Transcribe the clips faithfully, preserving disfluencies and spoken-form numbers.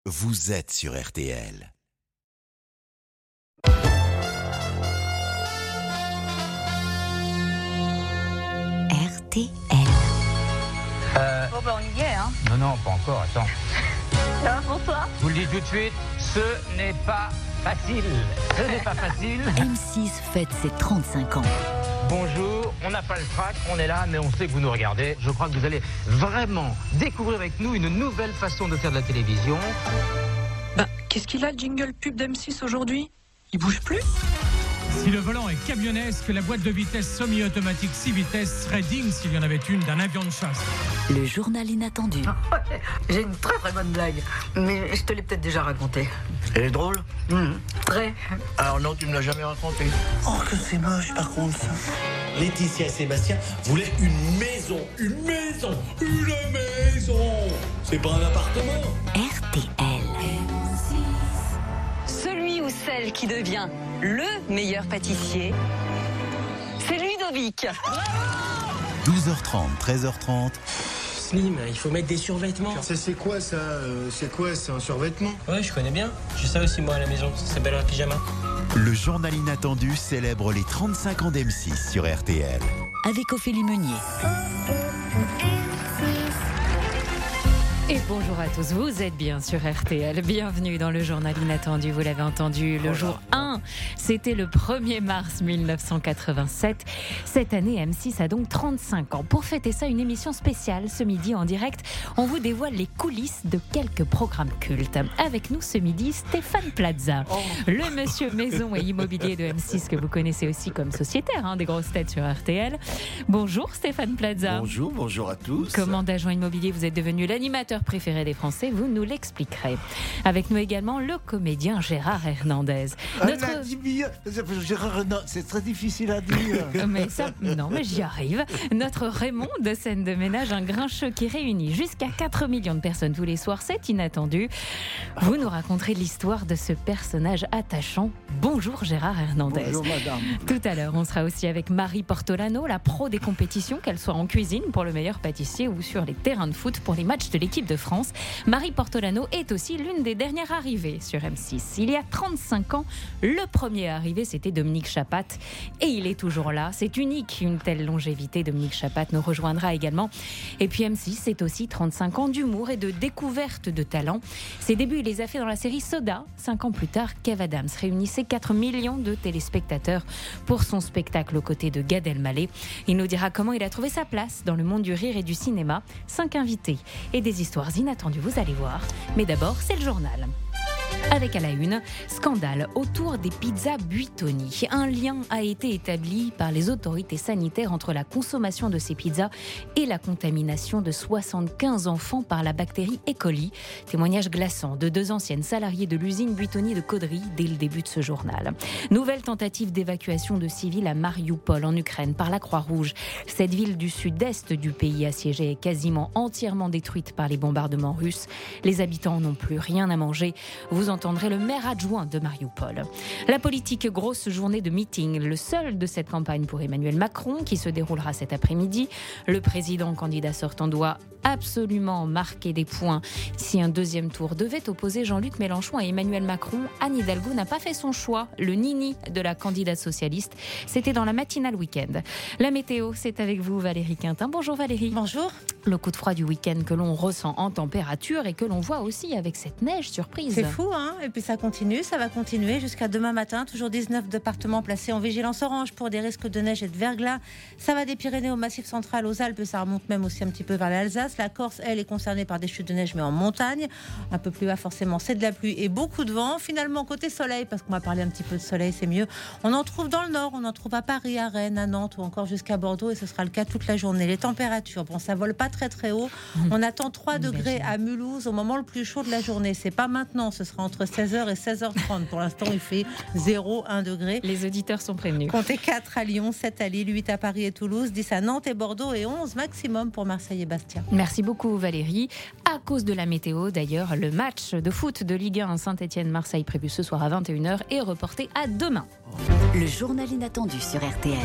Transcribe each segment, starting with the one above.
vous êtes sur R T L. R T L. Euh... Bon ben on y est, hein. Non, non, pas encore, attends. Ça va François ? Je vous le dis tout de suite, ce n'est pas facile. Ce n'est pas facile. M six fête ses trente-cinq ans. Bonjour, on n'a pas le trac, on est là, mais on sait que vous nous regardez. Je crois que vous allez vraiment découvrir avec nous une nouvelle façon de faire de la télévision. Bah, qu'est-ce qu'il a le jingle pub d'M six aujourd'hui ? Il bouge plus ? Si le volant est camionnesque, la boîte de vitesse semi-automatique six vitesses serait digne, s'il y en avait une, d'un avion de chasse. Le journal inattendu. J'ai une très très bonne blague, mais je te l'ai peut-être déjà racontée. Elle est drôle ? Mmh, très. Alors non, tu me l'as jamais racontée. Oh, que c'est moche par contre ça. Laetitia et Sébastien voulaient une maison, une maison, une maison. C'est pas un appartement. R T L. Celui ou celle qui devient le meilleur pâtissier, c'est Ludovic. douze heures trente, treize heures trente. Slim, il faut mettre des survêtements. Ça, c'est quoi ça euh, C'est quoi C'est un survêtement? Ouais, je connais bien. J'ai ça aussi moi à la maison. Ça s'appelle un pyjama. Le journal inattendu célèbre les trente-cinq ans d'M six sur R T L. Avec Ophélie Meunier. Et bonjour à tous, vous êtes bien sur R T L, bienvenue dans le journal inattendu, vous l'avez entendu, le jour un, c'était le premier mars mille neuf cent quatre-vingt-sept. Cette année, M six a donc trente-cinq ans. Pour fêter ça, une émission spéciale ce midi en direct, on vous dévoile les coulisses de quelques programmes cultes. Avec nous ce midi, Stéphane Plaza, oh. le monsieur maison et immobilier de M six que vous connaissez aussi comme sociétaire hein, des grosses têtes sur R T L. Bonjour Stéphane Plaza. Bonjour, bonjour à tous. Comment d'agent immobilier, vous êtes devenu l'animateur préféré des Français, vous nous l'expliquerez. Avec nous également le comédien Gérard Hernandez. Notre... Ah, Gérard Hernandez, c'est très difficile à dire. mais ça, non, mais j'y arrive. Notre Raymond de scène de ménage, un grincheux qui réunit jusqu'à quatre millions de personnes tous les soirs, c'est inattendu. Vous nous raconterez l'histoire de ce personnage attachant. Bonjour Gérard Hernandez. Bonjour madame. Tout à l'heure, on sera aussi avec Marie Portolano, la pro des compétitions, qu'elle soit en cuisine pour le meilleur pâtissier ou sur les terrains de foot pour les matchs de l'équipe de France. Marie Portolano est aussi l'une des dernières arrivées sur M six. Il y a trente-cinq ans, le premier arrivé, c'était Dominique Chapat. Et il est toujours là. C'est unique, une telle longévité. Dominique Chapat nous rejoindra également. Et puis M six, c'est aussi trente-cinq ans d'humour et de découverte de talent. Ses débuts, il les a fait dans la série Soda. Cinq ans plus tard, Kev Adams réunissait quatre millions de téléspectateurs pour son spectacle aux côtés de Gad Elmaleh. Il nous dira comment il a trouvé sa place dans le monde du rire et du cinéma. Cinq invités et des histoires inattendues, vous allez voir. Mais d'abord, c'est le journal. Avec à la une, scandale autour des pizzas Buitoni. Un lien a été établi par les autorités sanitaires entre la consommation de ces pizzas et la contamination de soixante-quinze enfants par la bactérie E. coli. Témoignage glaçant de deux anciennes salariées de l'usine Buitoni de Caudry dès le début de ce journal. Nouvelle tentative d'évacuation de civils à Mariupol en Ukraine par la Croix-Rouge. Cette ville du sud-est du pays assiégée est quasiment entièrement détruite par les bombardements russes. Les habitants n'ont plus rien à manger. Vous entendrez le maire adjoint de Mariupol. La politique, grosse journée de meeting, le seul de cette campagne pour Emmanuel Macron qui se déroulera cet après-midi. Le président candidat sortant doit absolument marquer des points. Si un deuxième tour devait opposer Jean-Luc Mélenchon à Emmanuel Macron, Anne Hidalgo n'a pas fait son choix. Le nini de la candidate socialiste, c'était dans la matinale week-end. La météo, c'est avec vous Valérie Quintin. Bonjour Valérie. Bonjour. Le coup de froid du week-end que l'on ressent en température et que l'on voit aussi avec cette neige surprise. C'est fou, hein ? Et puis ça continue, ça va continuer jusqu'à demain matin. Toujours dix-neuf départements placés en vigilance orange pour des risques de neige et de verglas. Ça va des Pyrénées au Massif central, aux Alpes, ça remonte même aussi un petit peu vers l'Alsace. La Corse, elle, est concernée par des chutes de neige, mais en montagne. Un peu plus bas, forcément, c'est de la pluie et beaucoup de vent. Finalement, côté soleil, parce qu'on va parler un petit peu de soleil, c'est mieux. On en trouve dans le nord, on en trouve à Paris, à Rennes, à Nantes ou encore jusqu'à Bordeaux, et ce sera le cas toute la journée. Les températures, bon, ça vole pas très très haut. On attend trois degrés à Mulhouse au moment le plus chaud de la journée. C'est pas maintenant, ce sera entre seize heures et seize heures trente. Pour l'instant, il fait zéro, un degré. Les auditeurs sont prévenus. Comptez quatre à Lyon, sept à Lille, huit à Paris et Toulouse, dix à Nantes et Bordeaux et onze maximum pour Marseille et Bastia. Merci beaucoup Valérie. À cause de la météo, d'ailleurs, le match de foot de Ligue un Saint-Étienne-Marseille prévu ce soir à vingt et une heures est reporté à demain. Le journal inattendu sur R T L.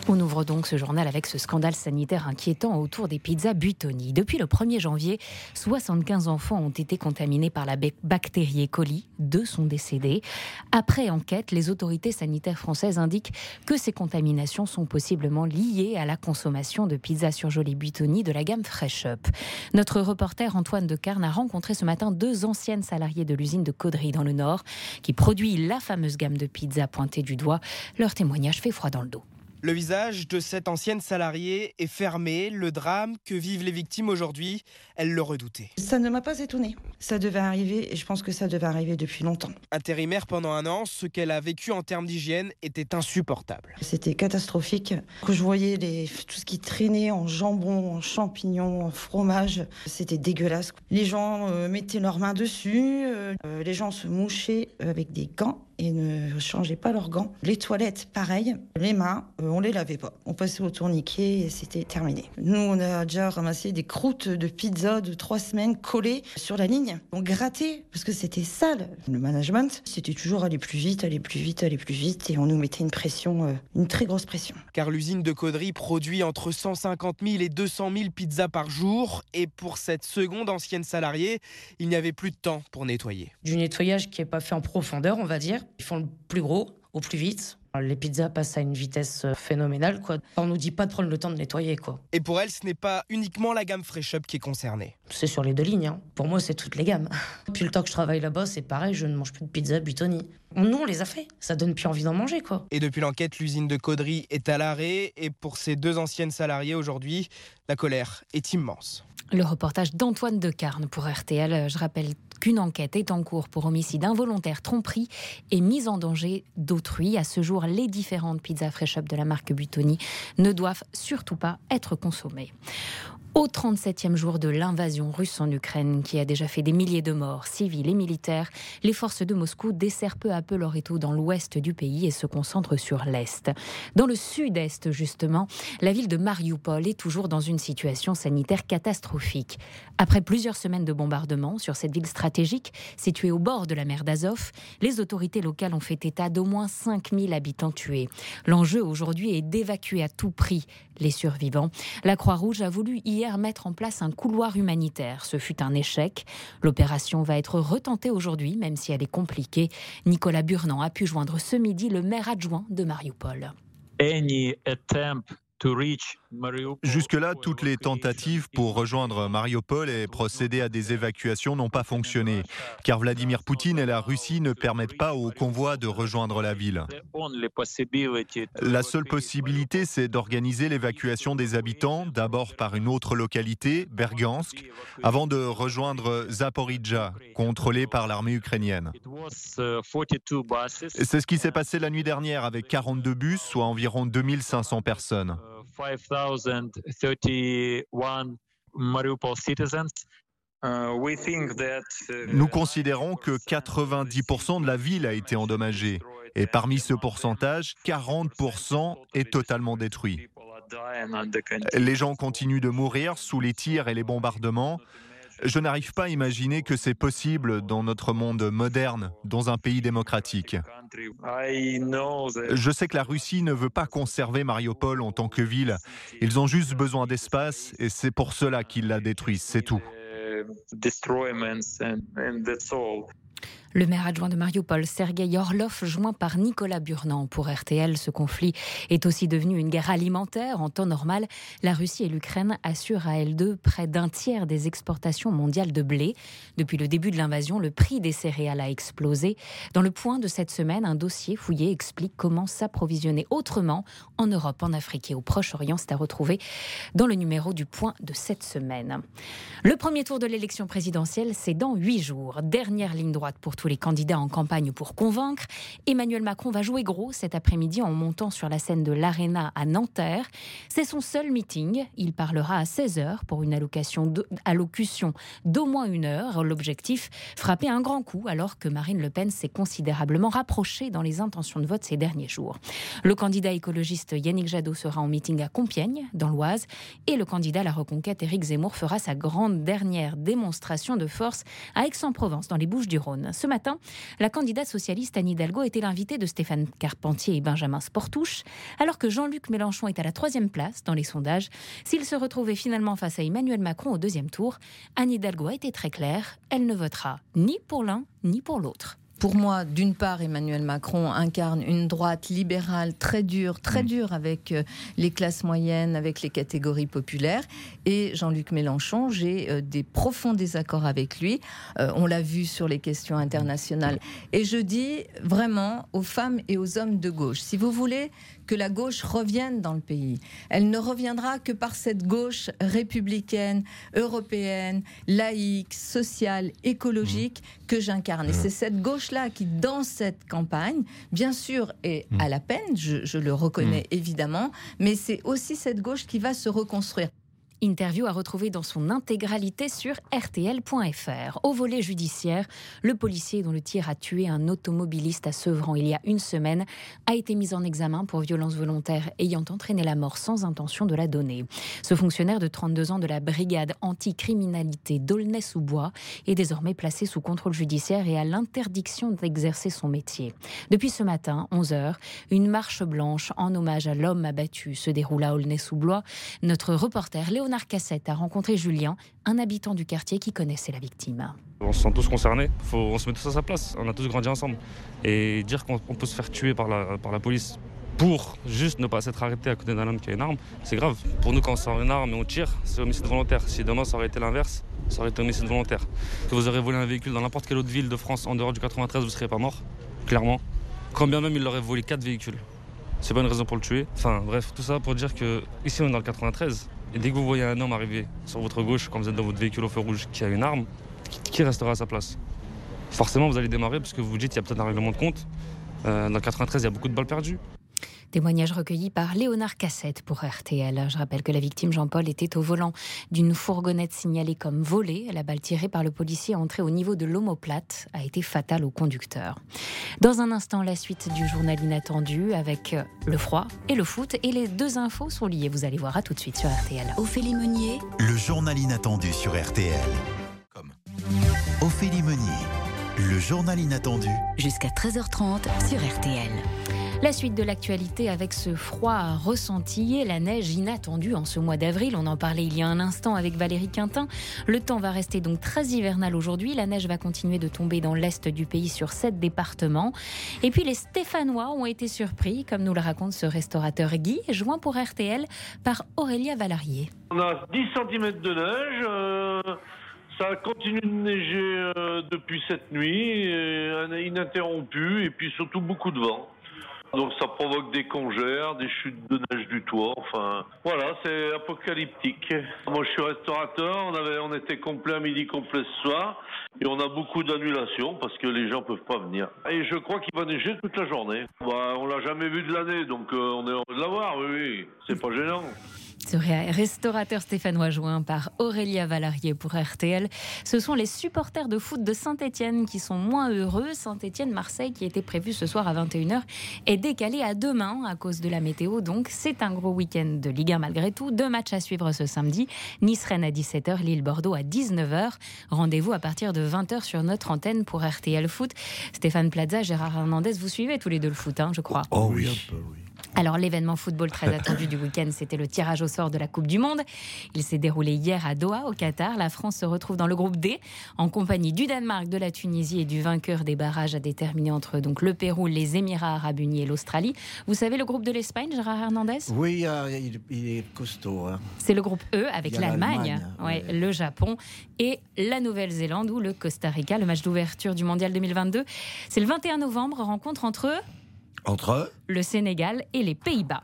On ouvre donc ce journal avec ce scandale sanitaire inquiétant autour des pizzas Buitoni. Depuis le premier janvier, soixante-quinze enfants ont été contaminés par la bactérie E. coli. Deux sont décédés. Après enquête, les autorités sanitaires françaises indiquent que ces contaminations sont possiblement liées à la consommation de pizzas surgelées Buitoni de la gamme Fresh Up. Notre reporter Antoine Decarne a rencontré ce matin deux anciennes salariées de l'usine de Caudry dans le Nord qui produit la fameuse gamme de pizzas pointée du doigt. Leur témoignage fait froid dans le dos. Le visage de cette ancienne salariée est fermé. Le drame que vivent les victimes aujourd'hui, elle le redoutait. Ça ne m'a pas étonnée. Ça devait arriver et je pense que ça devait arriver depuis longtemps. Intérimaire pendant un an, ce qu'elle a vécu en termes d'hygiène était insupportable. C'était catastrophique. Quand je voyais les, tout ce qui traînait en jambon, en champignons, en fromage, c'était dégueulasse. Les gens euh, mettaient leurs mains dessus, euh, les gens se mouchaient avec des gants et ne changeaient pas leurs gants. Les toilettes, pareil. Les mains, euh, on les lavait pas. On passait au tourniquet et c'était terminé. Nous, on a déjà ramassé des croûtes de pizza de trois semaines collées sur la ligne. On grattait parce que c'était sale. Le management, c'était toujours aller plus vite, aller plus vite, aller plus vite et on nous mettait une pression, euh, une très grosse pression. Car l'usine de Caudry produit entre cent cinquante mille et deux cent mille pizzas par jour. Et pour cette seconde ancienne salariée, il n'y avait plus de temps pour nettoyer. Du nettoyage qui n'est pas fait en profondeur, on va dire. Ils font le plus gros, au plus vite. Les pizzas passent à une vitesse phénoménale, quoi. On nous dit pas de prendre le temps de nettoyer, quoi. Et pour elle, ce n'est pas uniquement la gamme Fresh Up qui est concernée. C'est sur les deux lignes, hein. Pour moi, c'est toutes les gammes. Depuis le temps que je travaille là-bas, c'est pareil, je ne mange plus de pizza Buitoni. Nous, on les a fait. Ça donne plus envie d'en manger, quoi. Et depuis l'enquête, l'usine de Caudry est à l'arrêt. Et pour ces deux anciennes salariées aujourd'hui, la colère est immense. Le reportage d'Antoine Decarne pour R T L. Je rappelle qu'une enquête est en cours pour homicide involontaire, tromperie et mise en danger d'autrui. À ce jour, les différentes pizzas Fresh Up de la marque Buitoni ne doivent surtout pas être consommées. Au trente-septième jour de l'invasion russe en Ukraine, qui a déjà fait des milliers de morts civils et militaires, les forces de Moscou desserrent peu à peu leur étau dans l'ouest du pays et se concentrent sur l'est. Dans le sud-est, justement, la ville de Marioupol est toujours dans une situation sanitaire catastrophique. Après plusieurs semaines de bombardements sur cette ville stratégique, située au bord de la mer d'Azov, les autorités locales ont fait état d'au moins cinq mille habitants tués. L'enjeu aujourd'hui est d'évacuer à tout prix les survivants. La Croix-Rouge a voulu hier mettre en place un couloir humanitaire. Ce fut un échec. L'opération va être retentée aujourd'hui, même si elle est compliquée. Nicolas Burnand a pu joindre ce midi le maire adjoint de Marioupol. Any attempt to reach Jusque-là, toutes les tentatives pour rejoindre Mariupol et procéder à des évacuations n'ont pas fonctionné, car Vladimir Poutine et la Russie ne permettent pas aux convois de rejoindre la ville. La seule possibilité, c'est d'organiser l'évacuation des habitants, d'abord par une autre localité, Bergansk, avant de rejoindre Zaporijjia, contrôlée par l'armée ukrainienne. C'est ce qui s'est passé la nuit dernière avec quarante-deux bus, soit environ deux mille cinq cents personnes. five thousand thirty-one Mariupol citizens. Uh, we think that, uh, Nous considérons que quatre-vingt-dix pour cent de la ville a été endommagée. Et parmi ce pourcentage, quarante pour cent est totalement détruit. Les gens continuent de mourir sous les tirs et les bombardements. Je n'arrive pas à imaginer que c'est possible dans notre monde moderne, dans un pays démocratique. Je sais que la Russie ne veut pas conserver Mariupol en tant que ville. Ils ont juste besoin d'espace et c'est pour cela qu'ils la détruisent, c'est tout. Le maire adjoint de Marioupol, Sergueï Orlov, joint par Nicolas Burnand pour R T L. Ce conflit est aussi devenu une guerre alimentaire. En temps normal, la Russie et l'Ukraine assurent à elles deux près d'un tiers des exportations mondiales de blé. Depuis le début de l'invasion, le prix des céréales a explosé. Dans le point de cette semaine, un dossier fouillé explique comment s'approvisionner autrement en Europe, en Afrique et au Proche-Orient. C'est à retrouver dans le numéro du point de cette semaine. Le premier tour de l'élection présidentielle, c'est dans huit jours. Dernière ligne droite pour tous les candidats en campagne pour convaincre. Emmanuel Macron va jouer gros cet après-midi en montant sur la scène de l'Arena à Nanterre. C'est son seul meeting. Il parlera à seize heures pour une allocation de, allocution d'au moins une heure. L'objectif, frapper un grand coup alors que Marine Le Pen s'est considérablement rapprochée dans les intentions de vote ces derniers jours. Le candidat écologiste Yannick Jadot sera en meeting à Compiègne, dans l'Oise, et le candidat à la Reconquête Éric Zemmour fera sa grande dernière démonstration de force à Aix-en-Provence, dans les Bouches-du-Rhône. Ce matin, matin, la candidate socialiste Anne Hidalgo était l'invitée de Stéphane Carpentier et Benjamin Sportouche, alors que Jean-Luc Mélenchon est à la troisième place dans les sondages. S'il se retrouvait finalement face à Emmanuel Macron au deuxième tour, Anne Hidalgo a été très claire, elle ne votera ni pour l'un ni pour l'autre. Pour moi, d'une part, Emmanuel Macron incarne une droite libérale très dure, très dure avec les classes moyennes, avec les catégories populaires. Et Jean-Luc Mélenchon, j'ai euh, des profonds désaccords avec lui. Euh, on l'a vu sur les questions internationales. Et je dis vraiment aux femmes et aux hommes de gauche, si vous voulez que la gauche revienne dans le pays, elle ne reviendra que par cette gauche républicaine, européenne, laïque, sociale, écologique que j'incarne. Et c'est cette gauche-là qui, dans cette campagne, bien sûr, est à la peine, je, je le reconnais évidemment, mais c'est aussi cette gauche qui va se reconstruire. Interview à retrouver dans son intégralité sur R T L point F R. Au volet judiciaire, le policier dont le tir a tué un automobiliste à Sevran il y a une semaine a été mis en examen pour violence volontaire ayant entraîné la mort sans intention de la donner. Ce fonctionnaire de trente-deux ans de la brigade anticriminalité d'Aulnay-sous-Bois est désormais placé sous contrôle judiciaire et à l'interdiction d'exercer son métier. Depuis ce matin, onze heures, une marche blanche en hommage à l'homme abattu se déroule à Aulnay-sous-Bois. Notre reporter Léo Léonard Cassette a rencontré Julien, un habitant du quartier qui connaissait la victime. On se sent tous concernés, faut, on se met tous à sa place, on a tous grandi ensemble. Et dire qu'on peut se faire tuer par la, par la police pour juste ne pas s'être arrêté à côté d'un homme qui a une arme, c'est grave. Pour nous, quand on sort une arme et on tire, c'est homicide volontaire. Si demain ça aurait été l'inverse, ça aurait été homicide volontaire. Que vous aurez volé un véhicule dans n'importe quelle autre ville de France en dehors du quatre-vingt-treize, vous ne serez pas mort, clairement. Quand bien même il aurait volé quatre véhicules. C'est pas une raison pour le tuer. Enfin bref, tout ça pour dire que ici on est dans le quatre-vingt-treize. Et dès que vous voyez un homme arriver sur votre gauche, quand vous êtes dans votre véhicule au feu rouge, qui a une arme, qui restera à sa place? Forcément, vous allez démarrer parce que vous vous dites qu'il y a peut-être un règlement de compte. Euh, dans le quatre-vingt-treize, il y a beaucoup de balles perdues. Témoignage recueilli par Léonard Cassette pour R T L. Je rappelle que la victime Jean-Paul était au volant d'une fourgonnette signalée comme volée. La balle tirée par le policier entrée au niveau de l'omoplate a été fatale au conducteur. Dans un instant, la suite du journal inattendu avec le froid et le foot. Et les deux infos sont liées. Vous allez voir, à tout de suite sur R T L. Ophélie Meunier. Le journal inattendu sur R T L. Comme Ophélie Meunier. Le journal inattendu. Jusqu'à treize heures trente sur R T L. La suite de l'actualité avec ce froid ressenti et la neige inattendue en ce mois d'avril. On en parlait il y a un instant avec Valérie Quintin. Le temps va rester donc très hivernal aujourd'hui. La neige va continuer de tomber dans l'est du pays sur sept départements. Et puis les Stéphanois ont été surpris, comme nous le raconte ce restaurateur Guy, joint pour R T L par Aurélia Valarié. On a dix centimètres de neige. Euh... Ça continue de neiger euh, depuis cette nuit, euh, ininterrompu, et puis surtout beaucoup de vent. Donc ça provoque des congères, des chutes de neige du toit, enfin voilà, c'est apocalyptique. Moi je suis restaurateur, on, avait, on était complet à midi, complet ce soir, et on a beaucoup d'annulations parce que les gens peuvent pas venir. Et je crois qu'il va neiger toute la journée. Bah, on l'a jamais vu de l'année, donc euh, on est heureux de l'avoir, oui, oui, c'est pas gênant. Ce restaurateur stéphanois joint par Aurélia Valarié pour R T L. Ce sont les supporters de foot de Saint-Etienne qui sont moins heureux. Saint-Etienne-Marseille, qui était prévu ce soir à vingt et une heures, est décalé à demain à cause de la météo. Donc c'est un gros week-end de Ligue un malgré tout. Deux matchs à suivre ce samedi. Nice-Rennes à dix-sept heures, Lille-Bordeaux à dix-neuf heures. Rendez-vous à partir de vingt heures sur notre antenne pour R T L Foot. Stéphane Plaza, Gérard Hernandez, vous suivez tous les deux le foot, hein, je crois. Oh oui, un peu, oui. Alors l'événement football très attendu du week-end, c'était le tirage au sort de la Coupe du Monde. Il s'est déroulé hier à Doha, au Qatar. La France se retrouve dans le groupe D, en compagnie du Danemark, de la Tunisie et du vainqueur des barrages à déterminer entre donc, le Pérou, les Émirats Arabes Unis et l'Australie. Vous savez le groupe de l'Espagne, Gérard Hernandez ? Oui, euh, il, il est costaud. Hein. C'est le groupe E, avec l'Allemagne, ouais, oui. le Japon et la Nouvelle-Zélande ou le Costa Rica. Le match d'ouverture du Mondial deux mille vingt-deux, c'est le vingt et un novembre, rencontre entre... Entre le Sénégal et les Pays-Bas.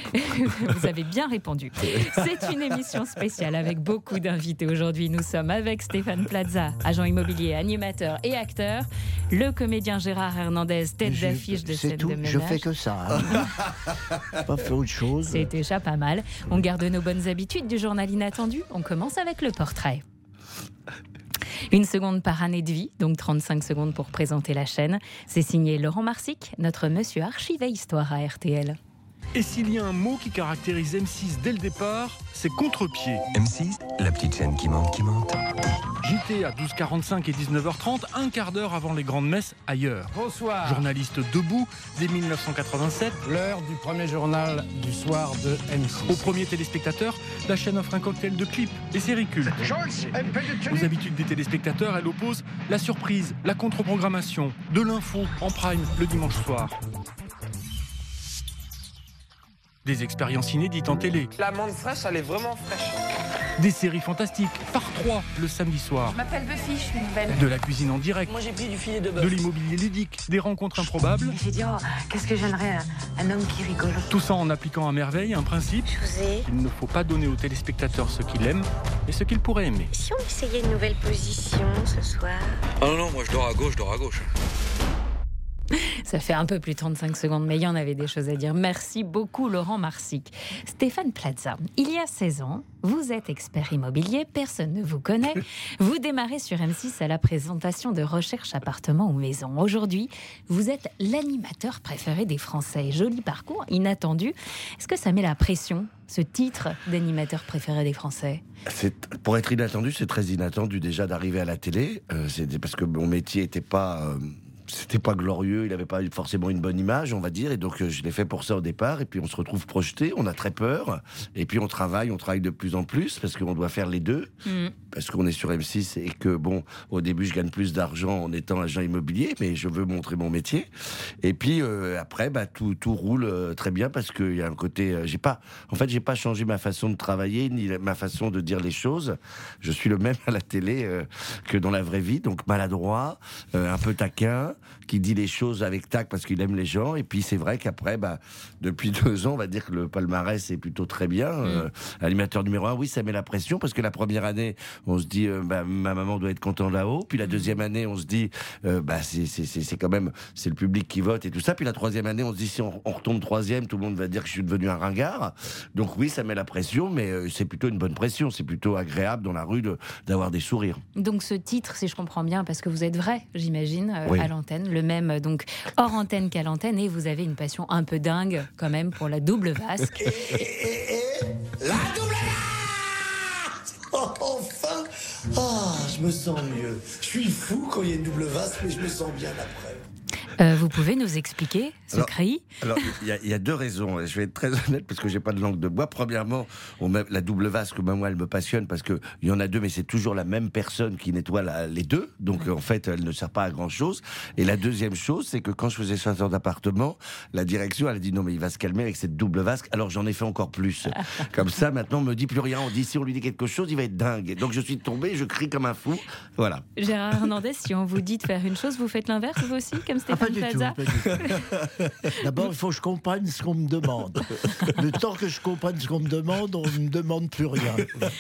Vous avez bien répondu. C'est une émission spéciale avec beaucoup d'invités. Aujourd'hui, nous sommes avec Stéphane Plaza, agent immobilier, animateur et acteur. Le comédien Gérard Hernandez, tête je, d'affiche de scène de ménage. Je fais que ça. Hein. Pas fait autre chose. C'est déjà pas mal. On garde nos bonnes habitudes du journal inattendu. On commence avec le portrait. Une seconde par année de vie, donc trente-cinq secondes pour présenter la chaîne. C'est signé Laurent Marsic, notre monsieur archivé histoire à R T L. Et s'il y a un mot qui caractérise M six dès le départ, c'est contre-pied. M six, la petite chaîne qui monte, qui monte. J T à douze heures quarante-cinq et dix-neuf heures trente, un quart d'heure avant les grandes messes ailleurs. Bonsoir. Journaliste debout dès mille neuf cent quatre-vingt-sept. L'heure du premier journal du soir de M six. Au premier téléspectateur, la chaîne offre un cocktail de clips et séries cultes. Aux habitudes des téléspectateurs, elle oppose la surprise, la contre-programmation, de l'info en prime le dimanche soir. Des expériences inédites en télé. L'amande fraîche, elle est vraiment fraîche. Des séries fantastiques, par trois le samedi soir. Je m'appelle Buffy, je suis nouvelle. De la cuisine en direct. Moi j'ai pris du filet de bœuf. De l'immobilier ludique, des rencontres improbables. J'ai dit, oh, qu'est-ce que j'aimerais, un, un homme qui rigole. Tout ça en appliquant à merveille un principe. José. Il ne faut pas donner aux téléspectateurs ce qu'il aime et ce qu'il pourrait aimer. Si on essayait une nouvelle position ce soir. Ah non, non, moi je dors à gauche, je dors à gauche. Ça fait un peu plus de trente-cinq secondes, mais il y en avait des choses à dire. Merci beaucoup, Laurent Marsic. Stéphane Plaza, il y a seize ans, vous êtes expert immobilier, personne ne vous connaît. Vous démarrez sur M six à la présentation de Recherche appartement ou maison. Aujourd'hui, vous êtes l'animateur préféré des Français. Joli parcours, inattendu. Est-ce que ça met la pression, ce titre d'animateur préféré des Français ? C'est, pour être inattendu, c'est très inattendu déjà d'arriver à la télé. Euh, c'est parce que mon métier n'était pas... Euh C'était pas glorieux, il n'avait pas forcément une bonne image, on va dire, et donc euh, je l'ai fait pour ça au départ, et puis on se retrouve projeté, on a très peur, et puis on travaille, on travaille de plus en plus, parce qu'on doit faire les deux, mmh. parce qu'on est sur M six, et que bon, au début je gagne plus d'argent en étant agent immobilier, mais je veux montrer mon métier, et puis euh, après, bah, tout, tout roule euh, très bien, parce qu'il y a un côté, euh, j'ai pas, en fait j'ai pas changé ma façon de travailler, ni ma façon de dire les choses, je suis le même à la télé euh, que dans la vraie vie, donc maladroit, euh, un peu taquin, qui dit les choses avec tact parce qu'il aime les gens. Et puis c'est vrai qu'après, bah, depuis deux ans, on va dire que le palmarès est plutôt très bien. Mmh. Euh, animateur numéro un, oui, ça met la pression parce que la première année, on se dit, euh, bah, ma maman doit être contente là-haut. Puis la deuxième année, on se dit, euh, bah, c'est, c'est, c'est, c'est quand même, c'est le public qui vote et tout ça. Puis la troisième année, on se dit, si on, on retombe troisième, tout le monde va dire que je suis devenu un ringard. Donc oui, ça met la pression, mais euh, c'est plutôt une bonne pression. C'est plutôt agréable dans la rue de, d'avoir des sourires. Donc ce titre, si je comprends bien, parce que vous êtes vrai, j'imagine, euh, oui. à l'antenne, le même donc hors antenne qu'à l'antenne, et vous avez une passion un peu dingue quand même pour la double vasque. Et, et, et, la double vasque. Oh, enfin, ah, je me sens mieux. Je suis fou quand il y a une double vasque, mais je me sens bien après. Euh, vous pouvez nous expliquer ce alors, cri ? Alors, il y, y a deux raisons. Je vais être très honnête parce que j'ai pas de langue de bois. Premièrement, on met, la double vasque, ben, moi, elle me passionne parce que il y en a deux, mais c'est toujours la même personne qui nettoie la, les deux. Donc, en fait, elle ne sert pas à grand chose. Et la deuxième chose, c'est que quand je faisais chasseur d'appartement, la direction, elle a dit non, mais il va se calmer avec cette double vasque. Alors, j'en ai fait encore plus. Comme ça, maintenant, on me dit plus rien. On dit si on lui dit quelque chose, il va être dingue. Et donc, je suis tombé, je crie comme un fou. Voilà. Gérard Hernandez, si on vous dit de faire une chose, vous faites l'inverse, vous aussi, comme Stéphane Pas du Plaza. tout, pas du tout. D'abord, il faut que je comprenne ce qu'on me demande. Le temps que je comprenne ce qu'on me demande, on ne me demande plus rien.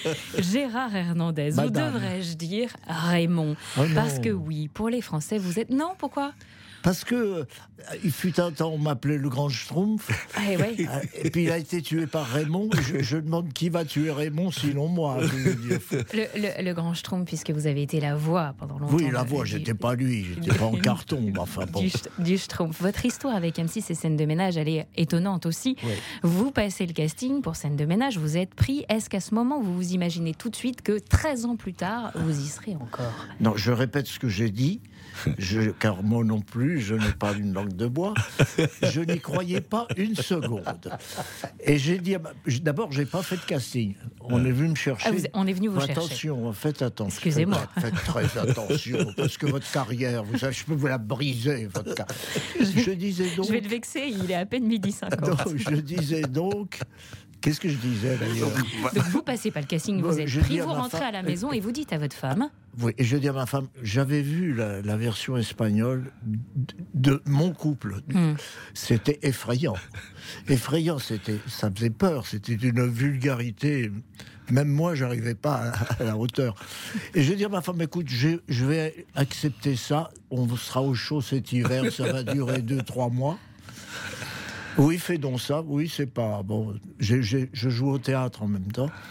Gérard Hernandez, Madame. ou devrais-je dire Raymond ? Oh Parce que oui, pour les Français, vous êtes... Non, pourquoi ? Parce que euh, il fut un temps, on m'appelait le Grand Schtroumpf. Ah, et, ouais. Et puis il a été tué par Raymond. Je, je demande qui va tuer Raymond, sinon moi. Je veux dire. Le, le, le Grand Schtroumpf, puisque vous avez été la voix pendant longtemps. Oui, la voix, j'étais pas lui, j'étais pas en carton. Enfin, bon. Du, du Schtroumpf. Votre histoire avec M six et Scène de ménage, elle est étonnante aussi. Oui. Vous passez le casting pour Scène de ménage, vous êtes pris. Est-ce qu'à ce moment, vous vous imaginez tout de suite que treize ans plus tard, vous y serez encore ? Non, je répète ce que j'ai dit. Je, car moi non plus, je n'ai pas une langue de bois. Je n'y croyais pas une seconde. Et j'ai dit, d'abord, j'ai pas fait de casting. On est venu me chercher. Ah, vous, on est venu vous attention, chercher. Attention, faites attention. Excusez-moi. Faites, faites très attention, parce que votre carrière, vous savez, je peux vous la briser, votre carrière. Je, je disais donc. Je vais le vexer. Il est à peine midi cinquante. Non, je disais donc. Qu'est-ce que je disais d'ailleurs ? Donc vous passez pas le casting, vous êtes pris, vous rentrez femme, à la maison et vous dites à votre femme. Oui, et je dis à ma femme, j'avais vu la, la version espagnole de, de mon couple. Mm. C'était effrayant. Effrayant, c'était, ça faisait peur, c'était une vulgarité. Même moi, j'arrivais pas à, à la hauteur. Et je dis à ma femme, écoute, je, je vais accepter ça, on sera au chaud cet hiver, ça va durer deux, trois mois. Oui, fais donc ça. Oui, c'est pas bon. J'ai, j'ai, je joue au théâtre en même temps.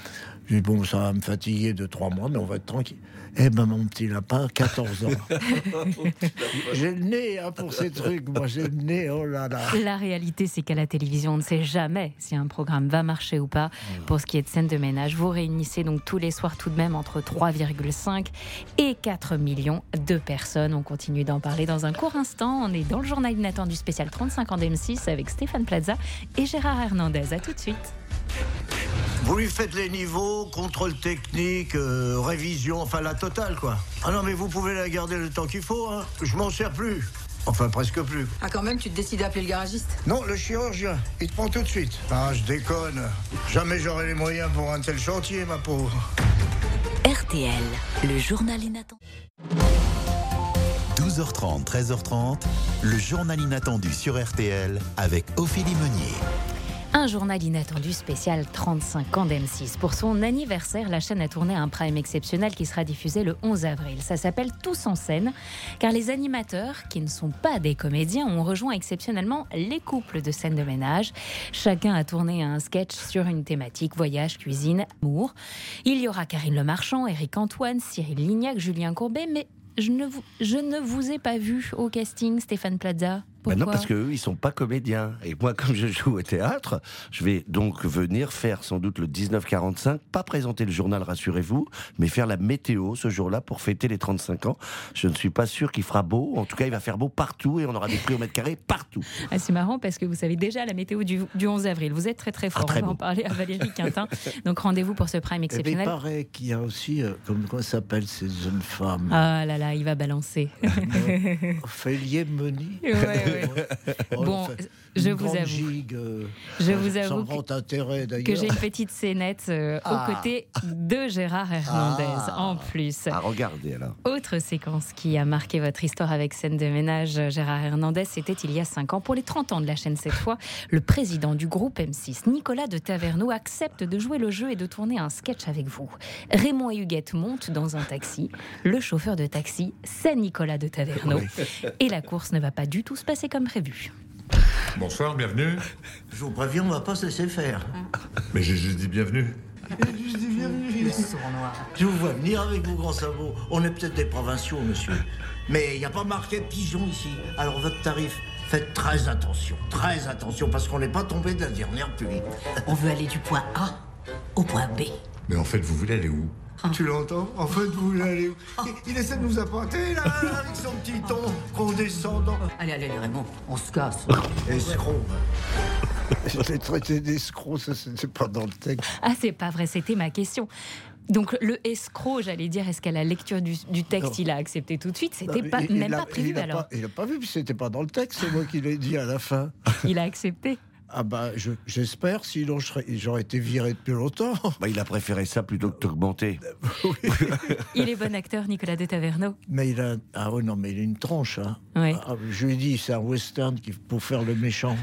J'ai dit, bon, ça va me fatiguer de trois mois, mais on va être tranquille. Eh ben, mon petit lapin, quatorze ans. J'ai le nez hein, pour ces trucs. Moi, j'ai le nez, oh là là. La réalité, c'est qu'à la télévision, on ne sait jamais si un programme va marcher ou pas. Pour ce qui est de scène de ménage, vous réunissez donc tous les soirs tout de même entre trois virgule cinq et quatre millions de personnes. On continue d'en parler dans un court instant. On est dans le journal inattendu spécial trente-cinq ans d'M six avec Stéphane Plaza et Gérard Hernandez. À tout de suite. Vous lui faites les niveaux, contrôle technique, euh, révision, enfin la totale quoi. Ah non mais vous pouvez la garder le temps qu'il faut, hein. Je m'en sers plus. Enfin presque plus. Ah quand même, tu te décides d'appeler le garagiste? Non, le chirurgien, il te prend tout de suite. Ah je déconne. Jamais j'aurai les moyens pour un tel chantier ma pauvre. R T L, le journal inattendu. douze heures trente, treize heures trente, le journal inattendu sur R T L avec Ophélie Meunier. Un journal inattendu spécial trente-cinq ans d'M six. Pour son anniversaire, la chaîne a tourné un prime exceptionnel qui sera diffusé le onze avril. Ça s'appelle Tous en scène, car les animateurs, qui ne sont pas des comédiens, ont rejoint exceptionnellement les couples de scène de ménage. Chacun a tourné un sketch sur une thématique, voyage, cuisine, amour. Il y aura Karine Le Marchand, Éric Antoine, Cyril Lignac, Julien Courbet, mais je ne vous, je ne vous ai pas vu au casting, Stéphane Plaza. Ben non, parce qu'eux, ils sont pas comédiens. Et moi, comme je joue au théâtre, je vais donc venir faire sans doute le dix-neuf quarante-cinq, pas présenter le journal, rassurez-vous, mais faire la météo ce jour-là pour fêter les trente-cinq ans. Je ne suis pas sûr qu'il fera beau. En tout cas, il va faire beau partout et on aura des prix au mètre carré partout. Ah, c'est marrant parce que vous savez déjà la météo du, du onze avril. Vous êtes très très fort. Ah, très on va beau. En parler à Valérie Quintin. Donc rendez-vous pour ce prime exceptionnel. Eh bien, il paraît qu'il y a aussi, euh, comme quoi s'appellent ces jeunes femmes. Ah là là, il va balancer. Ophélie Meunier. Ouais, ouais. Bon, je vous avoue, gigue, euh, je vous avoue sans grand intérêt, que j'ai une petite scénette euh, ah. aux côtés de Gérard Hernandez ah. en plus. Ah, regardez alors. Autre séquence qui a marqué votre histoire avec scène de ménage, Gérard Hernandez, c'était il y a cinq ans. Pour les trente ans de la chaîne cette fois, le président du groupe M six, Nicolas de Taverneau, accepte de jouer le jeu et de tourner un sketch avec vous. Raymond et Huguette montent dans un taxi. Le chauffeur de taxi, c'est Nicolas de Taverneau. Oui. Et la course ne va pas du tout se passer comme prévu. Bonsoir, bienvenue. Je vous préviens, on va pas se laisser faire. Mais j'ai juste dit bienvenue. J'ai juste dit bienvenue. Je vous vois venir avec vos grands sabots. On est peut-être des provinciaux, monsieur. Mais il n'y a pas marqué pigeon ici. Alors votre tarif, faites très attention. Très attention, parce qu'on n'est pas tombé de la dernière pluie. On veut aller du point A au point B. Mais en fait, vous voulez aller où? Tu l'entends? En fait, vous voulez aller où? il, il essaie de nous apporter, là, avec son petit ton condescendant. Allez, allez, Raymond, on se casse. Escroc. Je l'ai traité d'escroc, ça, c'était pas dans le texte. Ah, c'est pas vrai, c'était ma question. Donc le escroc, j'allais dire, est-ce qu'à la lecture du, du texte, non. il a accepté tout de suite? C'était non, pas, il, même il a, pas prévu, il alors pas, Il n'a pas vu, puis c'était pas dans le texte, c'est moi qui l'ai dit à la fin. Il a accepté? Ah bah, je, j'espère, sinon j'aurais été viré depuis longtemps. Bah, il a préféré ça plutôt que t'augmenter. Oui. Il est bon acteur, Nicolas de Taverneau. Mais il a... Ah oui, non, mais il a une tronche. Hein. Oui. Ah, je lui ai dit, c'est un western qui, pour faire le méchant.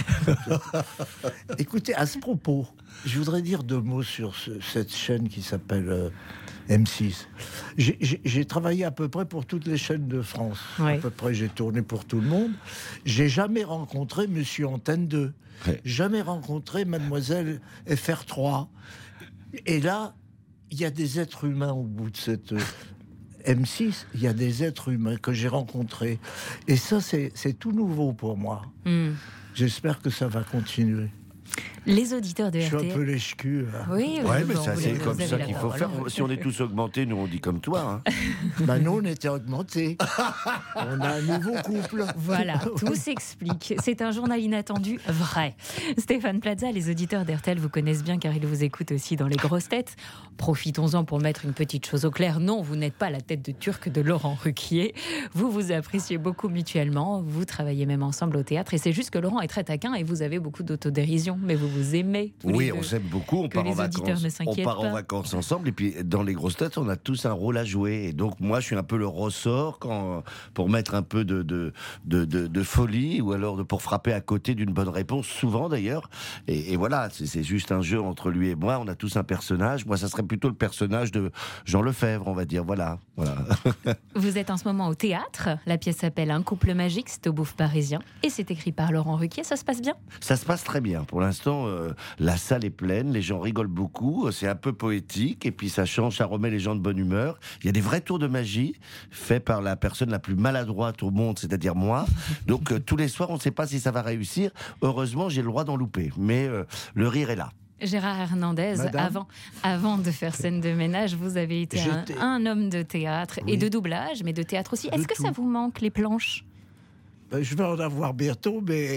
Écoutez, à ce propos, je voudrais dire deux mots sur ce, cette chaîne qui s'appelle... Euh, M six. J'ai, j'ai, j'ai travaillé à peu près pour toutes les chaînes de France. Oui. À peu près, j'ai tourné pour tout le monde. J'ai jamais rencontré Monsieur Antenne deux. Ouais. Jamais rencontré Mademoiselle F R trois. Et là, il y a des êtres humains au bout de cette... M six, il y a des êtres humains que j'ai rencontrés. Et ça, c'est, c'est tout nouveau pour moi. Mm. J'espère que ça va continuer. Les auditeurs de R T L... Je suis un peu lèche-cul. Hein. Oui, oui, ouais, mais bon, ça, c'est vous comme avez ça la qu'il faut parole. faire. Si on est tous augmentés, nous on dit comme toi. Hein. Bah nous, on était augmentés. On a un nouveau couple. Voilà, tout s'explique. C'est un journal inattendu vrai. Stéphane Plaza, les auditeurs d'R T L vous connaissent bien car ils vous écoutent aussi dans les grosses têtes. Profitons-en pour mettre une petite chose au clair. Non, vous n'êtes pas la tête de turc de Laurent Ruquier. Vous vous appréciez beaucoup mutuellement. Vous travaillez même ensemble au théâtre. Et c'est juste que Laurent est très taquin et vous avez beaucoup d'autodérision. Mais vous vous aimez tous oui, les deux. on s'aime beaucoup. On part, en vacances, on part en vacances ensemble. Et puis, dans les grosses têtes, on a tous un rôle à jouer. Et donc, moi, je suis un peu le ressort quand, pour mettre un peu de, de, de, de, de folie ou alors de, pour frapper à côté d'une bonne réponse, souvent d'ailleurs. Et, et voilà, c'est, c'est juste un jeu entre lui et moi. On a tous un personnage. Moi, ça serait plutôt le personnage de Jean Lefebvre, on va dire. Voilà. voilà. Vous êtes en ce moment au théâtre. La pièce s'appelle Un couple magique. C'est au Bouffe parisien. Et c'est écrit par Laurent Ruquier. Ça se passe bien? Ça se passe très bien. Pour l'instant, franchement, euh, la salle est pleine, les gens rigolent beaucoup, c'est un peu poétique, et puis ça change, ça remet les gens de bonne humeur. Il y a des vrais tours de magie faits par la personne la plus maladroite au monde, c'est-à-dire moi. Donc euh, tous les soirs, on ne sait pas si ça va réussir. Heureusement, j'ai le droit d'en louper, mais euh, le rire est là. Gérard Hernandez, avant, avant de faire scène de ménage, vous avez été un, un homme de théâtre oui. et de doublage, mais de théâtre aussi. Est-ce que tout. ça vous manque, les planches ? ben, Je vais en avoir bientôt, mais...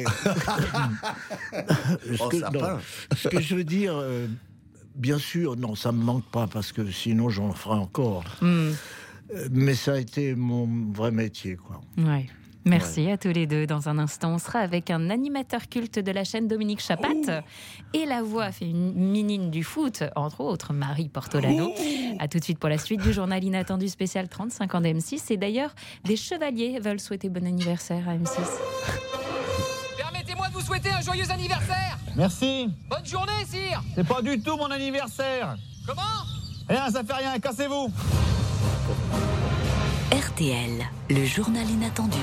ce, oh, que, ça non, ce que je veux dire, euh, bien sûr, non, ça ne me manque pas, parce que sinon j'en ferai encore. Mm. Euh, mais ça a été mon vrai métier, quoi. Ouais. Merci ouais. à tous les deux. Dans un instant, on sera avec un animateur culte de la chaîne, Dominique Chapat, oh. et la voix féminine du foot, entre autres, Marie Portolano. Oh. À tout de suite pour la suite du journal inattendu spécial trente-cinq ans de M six. Et d'ailleurs, des chevaliers veulent souhaiter bon anniversaire à M six. Permettez-moi de vous souhaiter un joyeux anniversaire. Merci. Bonne journée, sire. C'est pas du tout mon anniversaire. Comment ? Rien, ça fait rien, cassez-vous. R T L, le journal inattendu.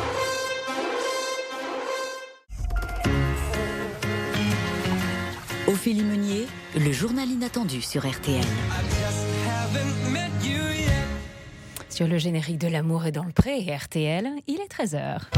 Ophélie Meunier, le journal inattendu sur R T L. Sur le générique de L'amour est dans le pré, R T L, il est treize heures.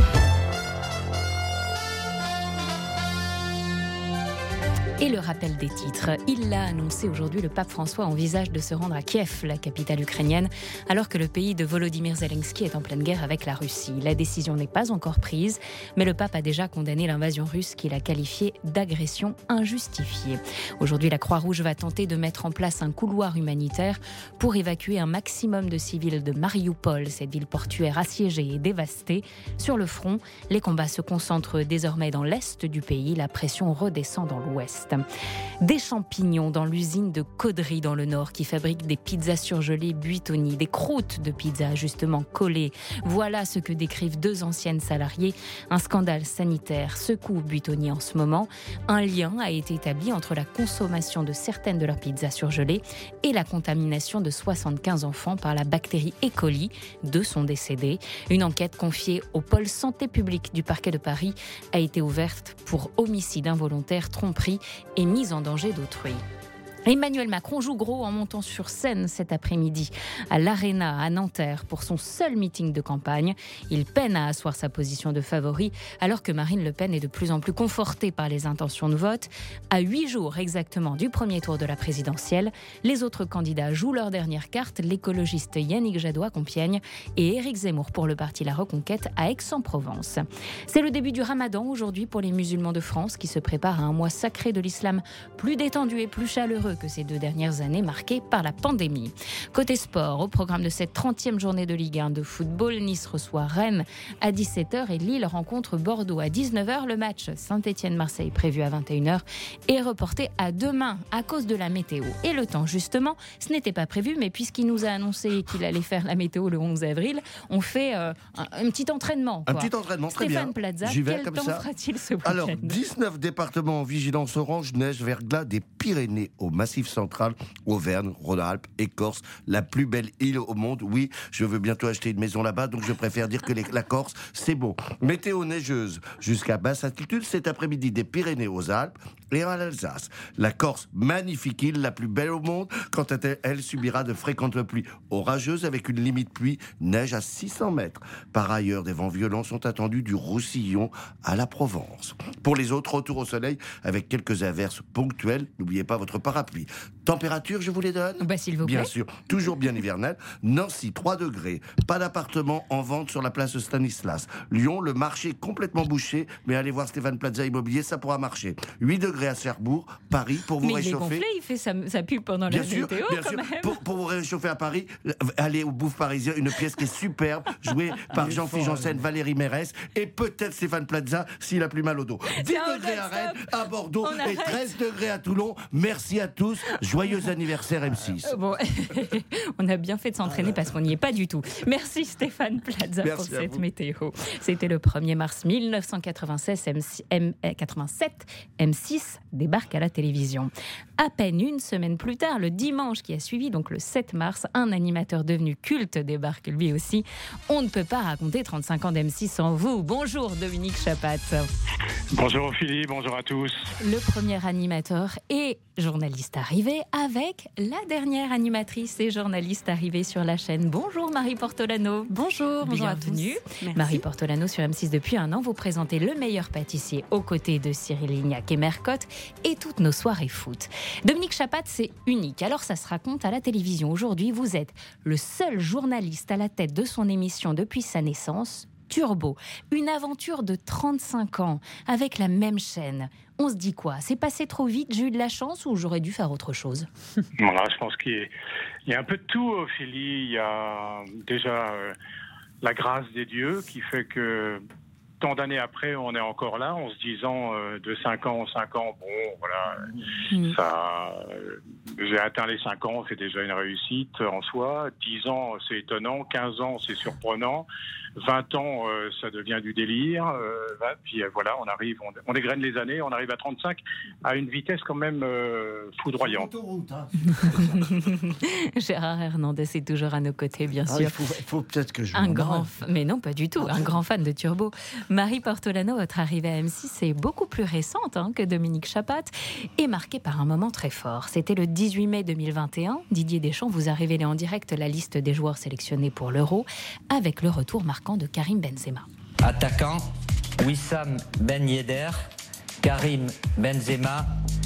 Et le rappel des titres. Il l'a annoncé aujourd'hui, le pape François envisage de se rendre à Kiev, la capitale ukrainienne, alors que le pays de Volodymyr Zelensky est en pleine guerre avec la Russie. La décision n'est pas encore prise, mais le pape a déjà condamné l'invasion russe qu'il a qualifiée d'agression injustifiée. Aujourd'hui, la Croix-Rouge va tenter de mettre en place un couloir humanitaire pour évacuer un maximum de civils de Marioupol, cette ville portuaire assiégée et dévastée. Sur le front, les combats se concentrent désormais dans l'est du pays, la pression redescend dans l'ouest. Des champignons dans l'usine de Caudry dans le Nord qui fabrique des pizzas surgelées Buitoni, des croûtes de pizza justement collées. Voilà ce que décrivent deux anciennes salariées. Un scandale sanitaire secoue Buitoni en ce moment. Un lien a été établi entre la consommation de certaines de leurs pizzas surgelées et la contamination de soixante-quinze enfants par la bactérie E. coli. Deux sont décédés. Une enquête confiée au pôle santé publique du parquet de Paris a été ouverte pour homicide involontaire, tromperie et mise en danger d'autrui. Emmanuel Macron joue gros en montant sur scène cet après-midi à l'Arena à Nanterre pour son seul meeting de campagne. Il peine à asseoir sa position de favori alors que Marine Le Pen est de plus en plus confortée par les intentions de vote. À huit jours exactement du premier tour de la présidentielle, les autres candidats jouent leur dernière carte, l'écologiste Yannick Jadot à Compiègne et Éric Zemmour pour le parti La Reconquête à Aix-en-Provence. C'est le début du Ramadan aujourd'hui pour les musulmans de France qui se préparent à un mois sacré de l'islam plus détendu et plus chaleureux que ces deux dernières années marquées par la pandémie. Côté sport, au programme de cette trentième journée de Ligue un de football, Nice reçoit Rennes à dix-sept heures et Lille rencontre Bordeaux à dix-neuf heures. Le match Saint-Étienne-Marseille prévu à vingt et une heures est reporté à demain à cause de la météo. Et le temps, justement, ce n'était pas prévu, mais puisqu'il nous a annoncé qu'il allait faire la météo le onze avril, on fait euh, un, un petit entraînement. Un quoi. petit entraînement, très Stéphane bien. Plaza, J'y vais quel comme temps ça. fera-t-il ce week-end ? Alors, dix-neuf départements en vigilance orange, neige, verglas, des Pyrénées au Massif central, Auvergne, Rhône-Alpes, Écorce, la plus belle île au monde. Oui, je veux bientôt acheter une maison là-bas, donc je préfère dire que les, la Corse, c'est beau. Météo neigeuse jusqu'à basse altitude cet après-midi des Pyrénées aux Alpes et à l'Alsace. La Corse, magnifique île, la plus belle au monde, quant à elle, elle subira de fréquentes pluies orageuses avec une limite pluie neige à six cents mètres. Par ailleurs, des vents violents sont attendus du Roussillon à la Provence. Pour les autres, retour au soleil avec quelques averses ponctuelles. N'oubliez pas votre parapluie. Température, je vous les donne ? Bah, s'il vous plaît. Bien sûr, toujours bien hivernal. Nancy, trois degrés. Pas d'appartement en vente sur la place Stanislas. Lyon, le marché est complètement bouché, mais allez voir Stéphane Plaza Immobilier, ça pourra marcher. huit degrés à Cherbourg, Paris, pour vous mais réchauffer. Mais il est gonflé, il fait sa, sa pub pendant bien la sûr, météo, bien quand sûr. même. Pour, pour vous réchauffer à Paris, allez au Bouffe Parisien, une pièce qui est superbe, jouée par Jean-Philippe Janssen, Valérie Mérès, et peut-être Stéphane Plaza, s'il a plus mal au dos. dix degrés à Rennes, à Bordeaux, et treize degrés à Toulon. Merci à tous. Joyeux anniversaire M six. Euh, bon, on a bien fait de s'entraîner parce qu'on n'y est pas du tout. Merci Stéphane Plaza Merci pour cette vous. météo. C'était le premier mars mille neuf cent quatre-vingt-seize, M six, M, quatre-vingt-sept, M six débarque à la télévision. À peine une semaine plus tard, le dimanche qui a suivi, donc le sept mars, un animateur devenu culte débarque lui aussi. On ne peut pas raconter trente-cinq ans d'M six sans vous. Bonjour Dominique Chapat. Bonjour Ophélie, bonjour à tous. Le premier animateur et journaliste arrivé avec la dernière animatrice et journaliste arrivée sur la chaîne. Bonjour Marie Portolano. Bonjour, bonjour à tous. Bienvenue. Merci. Marie Portolano sur M six depuis un an. Vous présentez Le Meilleur Pâtissier aux côtés de Cyril Lignac et Mercotte et toutes nos soirées foot. Dominique Chapat, c'est unique. Alors ça se raconte à la télévision. Aujourd'hui, vous êtes le seul journaliste à la tête de son émission depuis sa naissance. Turbo, une aventure de trente-cinq ans avec la même chaîne. On se dit quoi ? C'est passé trop vite, j'ai eu de la chance ou j'aurais dû faire autre chose ? Voilà, je pense qu'il y a, il y a un peu de tout, Ophélie. Il y a déjà euh, la grâce des dieux qui fait que tant d'années après, on est encore là, en se disant euh, de cinq ans en cinq ans, bon, voilà, mmh. ça, euh, j'ai atteint les cinq ans, c'est déjà une réussite en soi. dix ans, c'est étonnant. quinze ans, c'est surprenant. vingt ans, euh, ça devient du délire. Euh, puis euh, voilà, on arrive, on, on dégraine les années, on arrive à trente-cinq à une vitesse quand même euh, foudroyante. Hein. Gérard Hernandez est toujours à nos côtés, bien ah, sûr. Il faut, il faut peut-être que je un grand, fa- mais non, pas du tout. Un grand fan de Turbo. Marie Portolano, votre arrivée à M six est beaucoup plus récente hein, que Dominique Chapat et marquée par un moment très fort. C'était le dix-huit mai deux mille vingt et un. Didier Deschamps vous a révélé en direct la liste des joueurs sélectionnés pour l'Euro avec le retour marquant de Karim Benzema. Attaquant, Wissam Ben Yedder, Karim Benzema,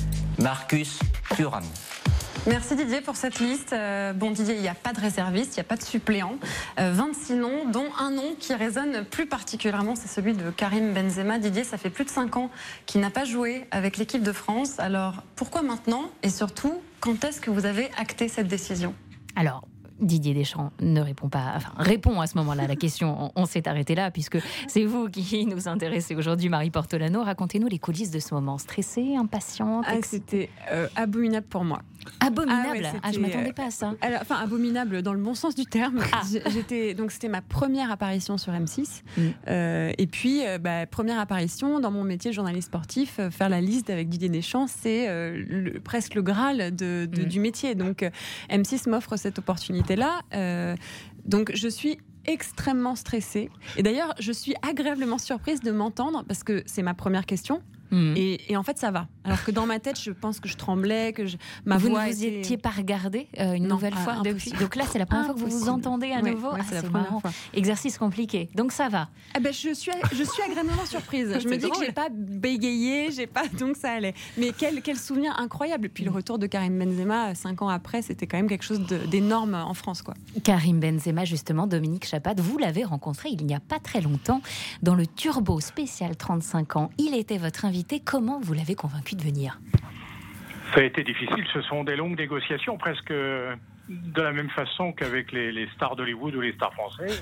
Marcus Thuram. Merci Didier pour cette liste. Euh, bon Didier, il n'y a pas de réserviste, il n'y a pas de suppléant. Euh, vingt-six noms, dont un nom qui résonne plus particulièrement, c'est celui de Karim Benzema. Didier, ça fait plus de cinq ans qu'il n'a pas joué avec l'équipe de France. Alors pourquoi maintenant ? Et surtout, quand est-ce que vous avez acté cette décision ? Alors, Didier Deschamps ne répond pas, enfin répond à ce moment-là à la question. On, on s'est arrêté là puisque c'est vous qui nous intéressez aujourd'hui, Marie Portolano. Racontez-nous les coulisses de ce moment. Stressée, impatiente. Ah, c'était euh, abominable pour moi. Abominable. Ah, ouais, ah je m'attendais euh, pas à ça. Alors, enfin abominable dans le bon sens du terme. Ah. J'étais donc c'était ma première apparition sur M six. Mm. Euh, et puis euh, bah, première apparition dans mon métier de journaliste sportif. Euh, faire la liste avec Didier Deschamps, c'est euh, le, presque le Graal de, de, mm. du métier. Donc euh, M six m'offre cette opportunité-là. Euh, donc je suis extrêmement stressée. Et d'ailleurs, je suis agréablement surprise de m'entendre parce que c'est ma première question. Mmh. Et, et en fait, ça va. Alors que dans ma tête, je pense que je tremblais, que je, ma vous voix. Vous ne vous était... étiez pas regardé euh, une non, nouvelle ah, fois impossible. depuis. Donc là, c'est la première impossible. fois que vous vous entendez à ouais, nouveau. Ouais, ah, c'est, c'est la première marrant. fois. Exercice compliqué. Donc ça va. Ah ben, je suis, je suis agréablement surprise. Je me dis drôle. que j'ai pas bégayé, j'ai pas, donc ça allait. Mais quel, quel souvenir incroyable. Puis le retour de Karim Benzema cinq ans après, c'était quand même quelque chose de, d'énorme en France, quoi. Karim Benzema, justement, Dominique Chapat, vous l'avez rencontré il n'y a pas très longtemps dans le Turbo spécial trente-cinq ans. Il était votre invité. Comment vous l'avez convaincu de venir ? Ça a été difficile. Ce sont des longues négociations, presque de la même façon qu'avec les, les stars d'Hollywood ou les stars françaises.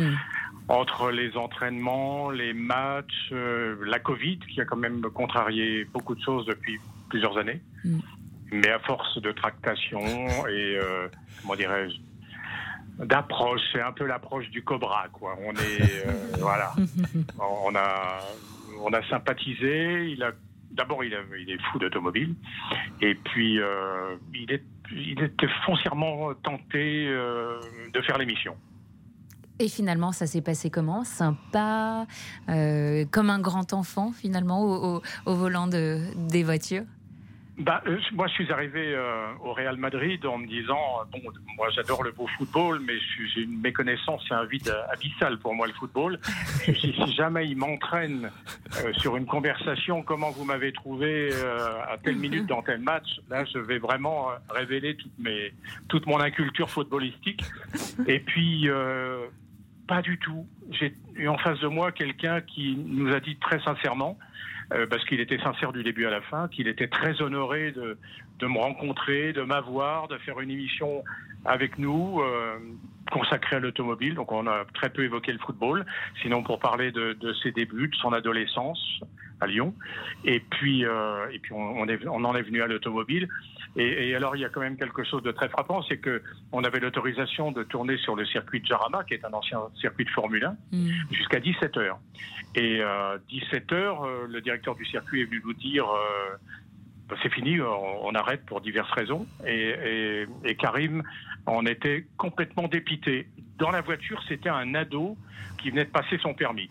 Entre les entraînements, les matchs, euh, la Covid, qui a quand même contrarié beaucoup de choses depuis plusieurs années. Mm. Mais à force de tractation et, euh, comment dirais-je, d'approche, c'est un peu l'approche du Cobra, quoi. On est, euh, voilà. On a, on a sympathisé. Il a D'abord, il, a, il est fou d'automobile, et puis euh, il, est, il était foncièrement tenté euh, de faire l'émission. Et finalement, ça s'est passé comment ? Sympa, euh, comme un grand enfant, finalement, au, au, au volant de, des voitures ? Bah, euh, moi, je suis arrivé euh, au Real Madrid en me disant, bon, moi, j'adore le beau football, mais je, j'ai une méconnaissance, c'est un vide abyssal pour moi, le football. Et si, si jamais il m'entraîne euh, sur une conversation, comment vous m'avez trouvé euh, à telle minute dans tel match, là, je vais vraiment euh, révéler toute, mes, toute mon inculture footballistique. Et puis, euh, pas du tout. J'ai eu en face de moi quelqu'un qui nous a dit très sincèrement, Euh, parce qu'il était sincère du début à la fin, qu'il était très honoré de, de me rencontrer, de m'avoir, de faire une émission avec nous, euh, consacrée à l'automobile. Donc on a très peu évoqué le football, sinon pour parler de, de ses débuts, de son adolescence à Lyon. Et puis, euh, et puis on, on, est, on en est venu à l'automobile. Et, et alors il y a quand même quelque chose de très frappant, c'est qu'on avait l'autorisation de tourner sur le circuit de Jarama, qui est un ancien circuit de Formule un, mmh. jusqu'à dix-sept heures. Et euh, dix-sept heures, euh, le directeur du circuit est venu nous dire, euh, bah, c'est fini, on, on arrête pour diverses raisons. Et, et, et Karim en était complètement dépité. Dans la voiture, c'était un ado qui venait de passer son permis.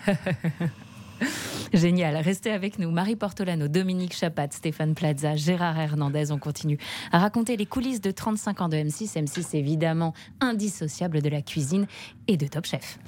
Génial, restez avec nous. Marie Portolano, Dominique Chapat, Stéphane Plaza, Gérard Hernandez. On continue à raconter les coulisses de trente-cinq ans de M six. M six, évidemment, indissociable de la cuisine et de Top Chef.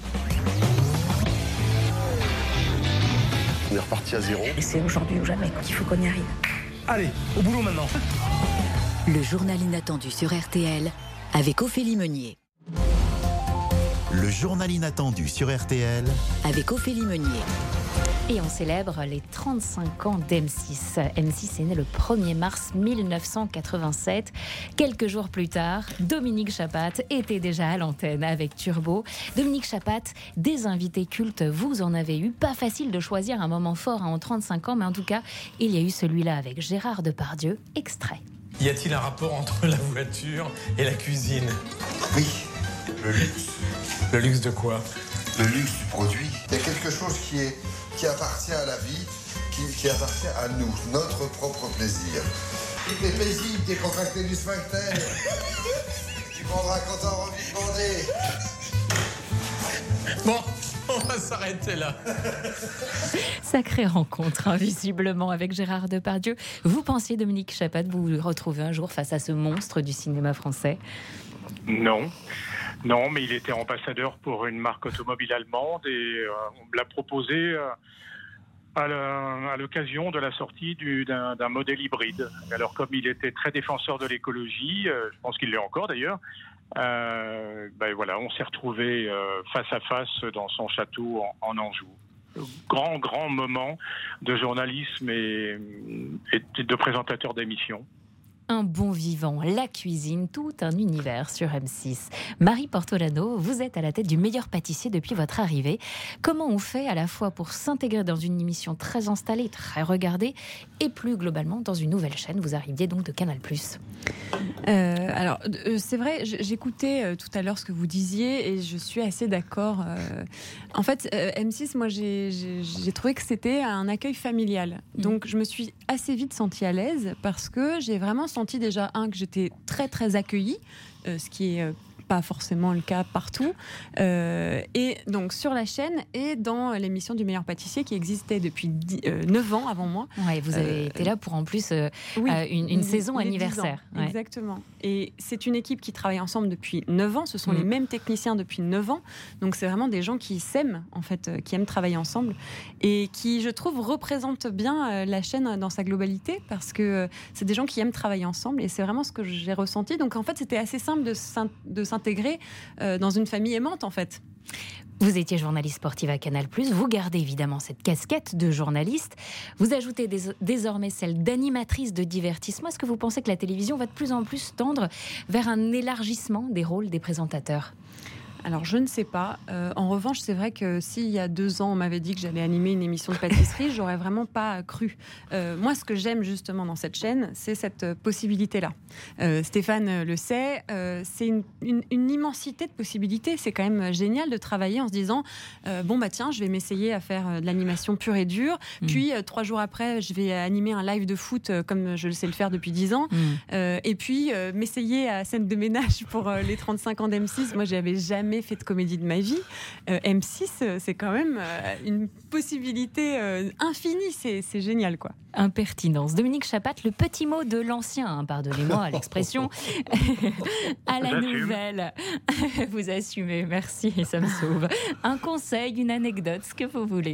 On est reparti à zéro. Et c'est aujourd'hui ou jamais qu'il faut qu'on y arrive. Allez, au boulot maintenant. Le journal inattendu sur R T L avec Ophélie Meunier. Le journal inattendu sur R T L avec Ophélie Meunier. Et on célèbre les trente-cinq ans d'M six. M six est né le premier mars mille neuf cent quatre-vingt-sept. Quelques jours plus tard, Dominique Chapat était déjà à l'antenne avec Turbo. Dominique Chapat, des invités cultes, vous en avez eu. Pas facile de choisir un moment fort en trente-cinq ans, mais en tout cas, il y a eu celui-là avec Gérard Depardieu. Extrait. Y a-t-il un rapport entre la voiture et la cuisine ? Oui, le luxe. Le luxe de quoi ? Le luxe du produit. Il y a quelque chose qui, est, qui appartient à la vie, qui, qui appartient à nous, notre propre plaisir. Tout est paisible, décontracté du sphincter. Tu prendras quand t'as envie de bander. Bon, on va s'arrêter là. Sacrée rencontre, hein, visiblement, avec Gérard Depardieu. Vous pensiez, Dominique Chapat, vous retrouver un jour face à ce monstre du cinéma français ? Non. Non, mais il était ambassadeur pour une marque automobile allemande et euh, on me l'a proposé euh, à, la, à l'occasion de la sortie du, d'un, d'un modèle hybride. Alors comme il était très défenseur de l'écologie, euh, je pense qu'il l'est encore d'ailleurs, euh, ben voilà, on s'est retrouvés euh, face à face dans son château en, en Anjou. Grand, grand moment de journalisme et, et de présentateur d'émissions. Un bon vivant, la cuisine, tout un univers sur M six. Marie Portolano, vous êtes à la tête du meilleur pâtissier depuis votre arrivée. Comment on fait à la fois pour s'intégrer dans une émission très installée, très regardée, et plus globalement dans une nouvelle chaîne ? Vous arriviez donc de Canal+. Euh, alors, euh, c'est vrai, j'écoutais euh, tout à l'heure ce que vous disiez et je suis assez d'accord. Euh, en fait, euh, M six, moi, j'ai, j'ai, j'ai trouvé que c'était un accueil familial. Mmh. Donc, je me suis assez vite sentie à l'aise parce que j'ai vraiment senti déjà, un, que j'étais très, très accueillie, euh, ce qui est... Euh, pas forcément le cas partout, euh, et donc sur la chaîne et dans l'émission du meilleur pâtissier qui existait depuis dix, euh, neuf ans avant moi. Ouais, vous avez euh, été là pour en plus euh, oui, euh, une, une saison anniversaire. Ouais. Exactement. Et c'est une équipe qui travaille ensemble depuis neuf ans, ce sont mmh. les mêmes techniciens depuis neuf ans, donc c'est vraiment des gens qui s'aiment, en fait, euh, qui aiment travailler ensemble et qui, je trouve, représentent bien euh, la chaîne dans sa globalité parce que euh, c'est des gens qui aiment travailler ensemble et c'est vraiment ce que j'ai ressenti. Donc en fait, c'était assez simple de, de s'intégrer euh, dans une famille aimante, en fait. Vous étiez journaliste sportive à Canal+, vous gardez évidemment cette casquette de journaliste, vous ajoutez dés- désormais celle d'animatrice de divertissement. Est-ce que vous pensez que la télévision va de plus en plus tendre vers un élargissement des rôles des présentateurs ? Alors, je ne sais pas. Euh, en revanche, c'est vrai que s'il y a deux ans, on m'avait dit que j'allais animer une émission de pâtisserie, j'aurais vraiment pas cru. Euh, moi, ce que j'aime justement dans cette chaîne, c'est cette possibilité-là. Euh, Stéphane le sait, euh, c'est une, une, une immensité de possibilités. C'est quand même génial de travailler en se disant euh, bon, bah tiens, je vais m'essayer à faire de l'animation pure et dure. Mmh. Puis, euh, trois jours après, je vais animer un live de foot euh, comme je le sais le faire depuis dix ans. Mmh. Euh, et puis, euh, m'essayer à scène de ménage pour euh, les trente-cinq ans d'M six. Moi, j'avais jamais fait de comédie de ma vie. Euh, M six, c'est quand même euh, une possibilité euh, infinie. C'est, c'est génial, quoi. Impertinence. Dominique Chapat, le petit mot de l'ancien, hein, pardonnez-moi l'expression, à la J'assume. nouvelle. Vous assumez, merci, ça me sauve. Un conseil, une anecdote, ce que vous voulez.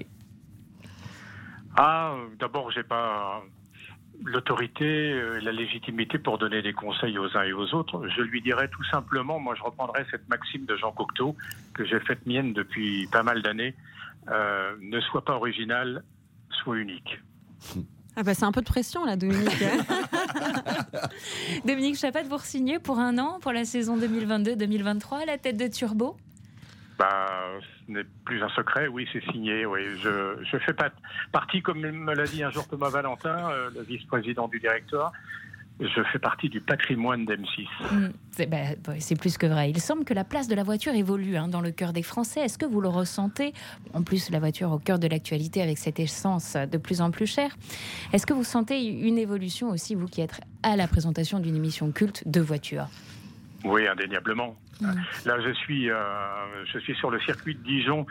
Ah, euh, d'abord, j'ai pas l'autorité, euh, la légitimité pour donner des conseils aux uns et aux autres. Je lui dirais tout simplement, moi je reprendrais cette maxime de Jean Cocteau, que j'ai faite mienne depuis pas mal d'années, euh, ne sois pas original, sois unique. Ah bah c'est un peu de pression là, Dominique. Dominique Chapat, vous re-signez pour un an, pour la saison deux mille vingt-deux deux mille vingt-trois, à la tête de Turbo ? Bah, ce n'est plus un secret, oui, c'est signé. Oui. Je, je fais pas partie, comme me l'a dit un jour Thomas Valentin, euh, le vice-président du directoire, je fais partie du patrimoine d'M six. Mmh, c'est, bah, c'est plus que vrai. Il semble que la place de la voiture évolue hein, dans le cœur des Français. Est-ce que vous le ressentez ? En plus, la voiture au cœur de l'actualité avec cette essence de plus en plus chère. Est-ce que vous sentez une évolution aussi, vous qui êtes à la présentation d'une émission culte de voiture ? Oui, indéniablement. Mmh. Là, je suis, euh, je suis sur le circuit de Dijon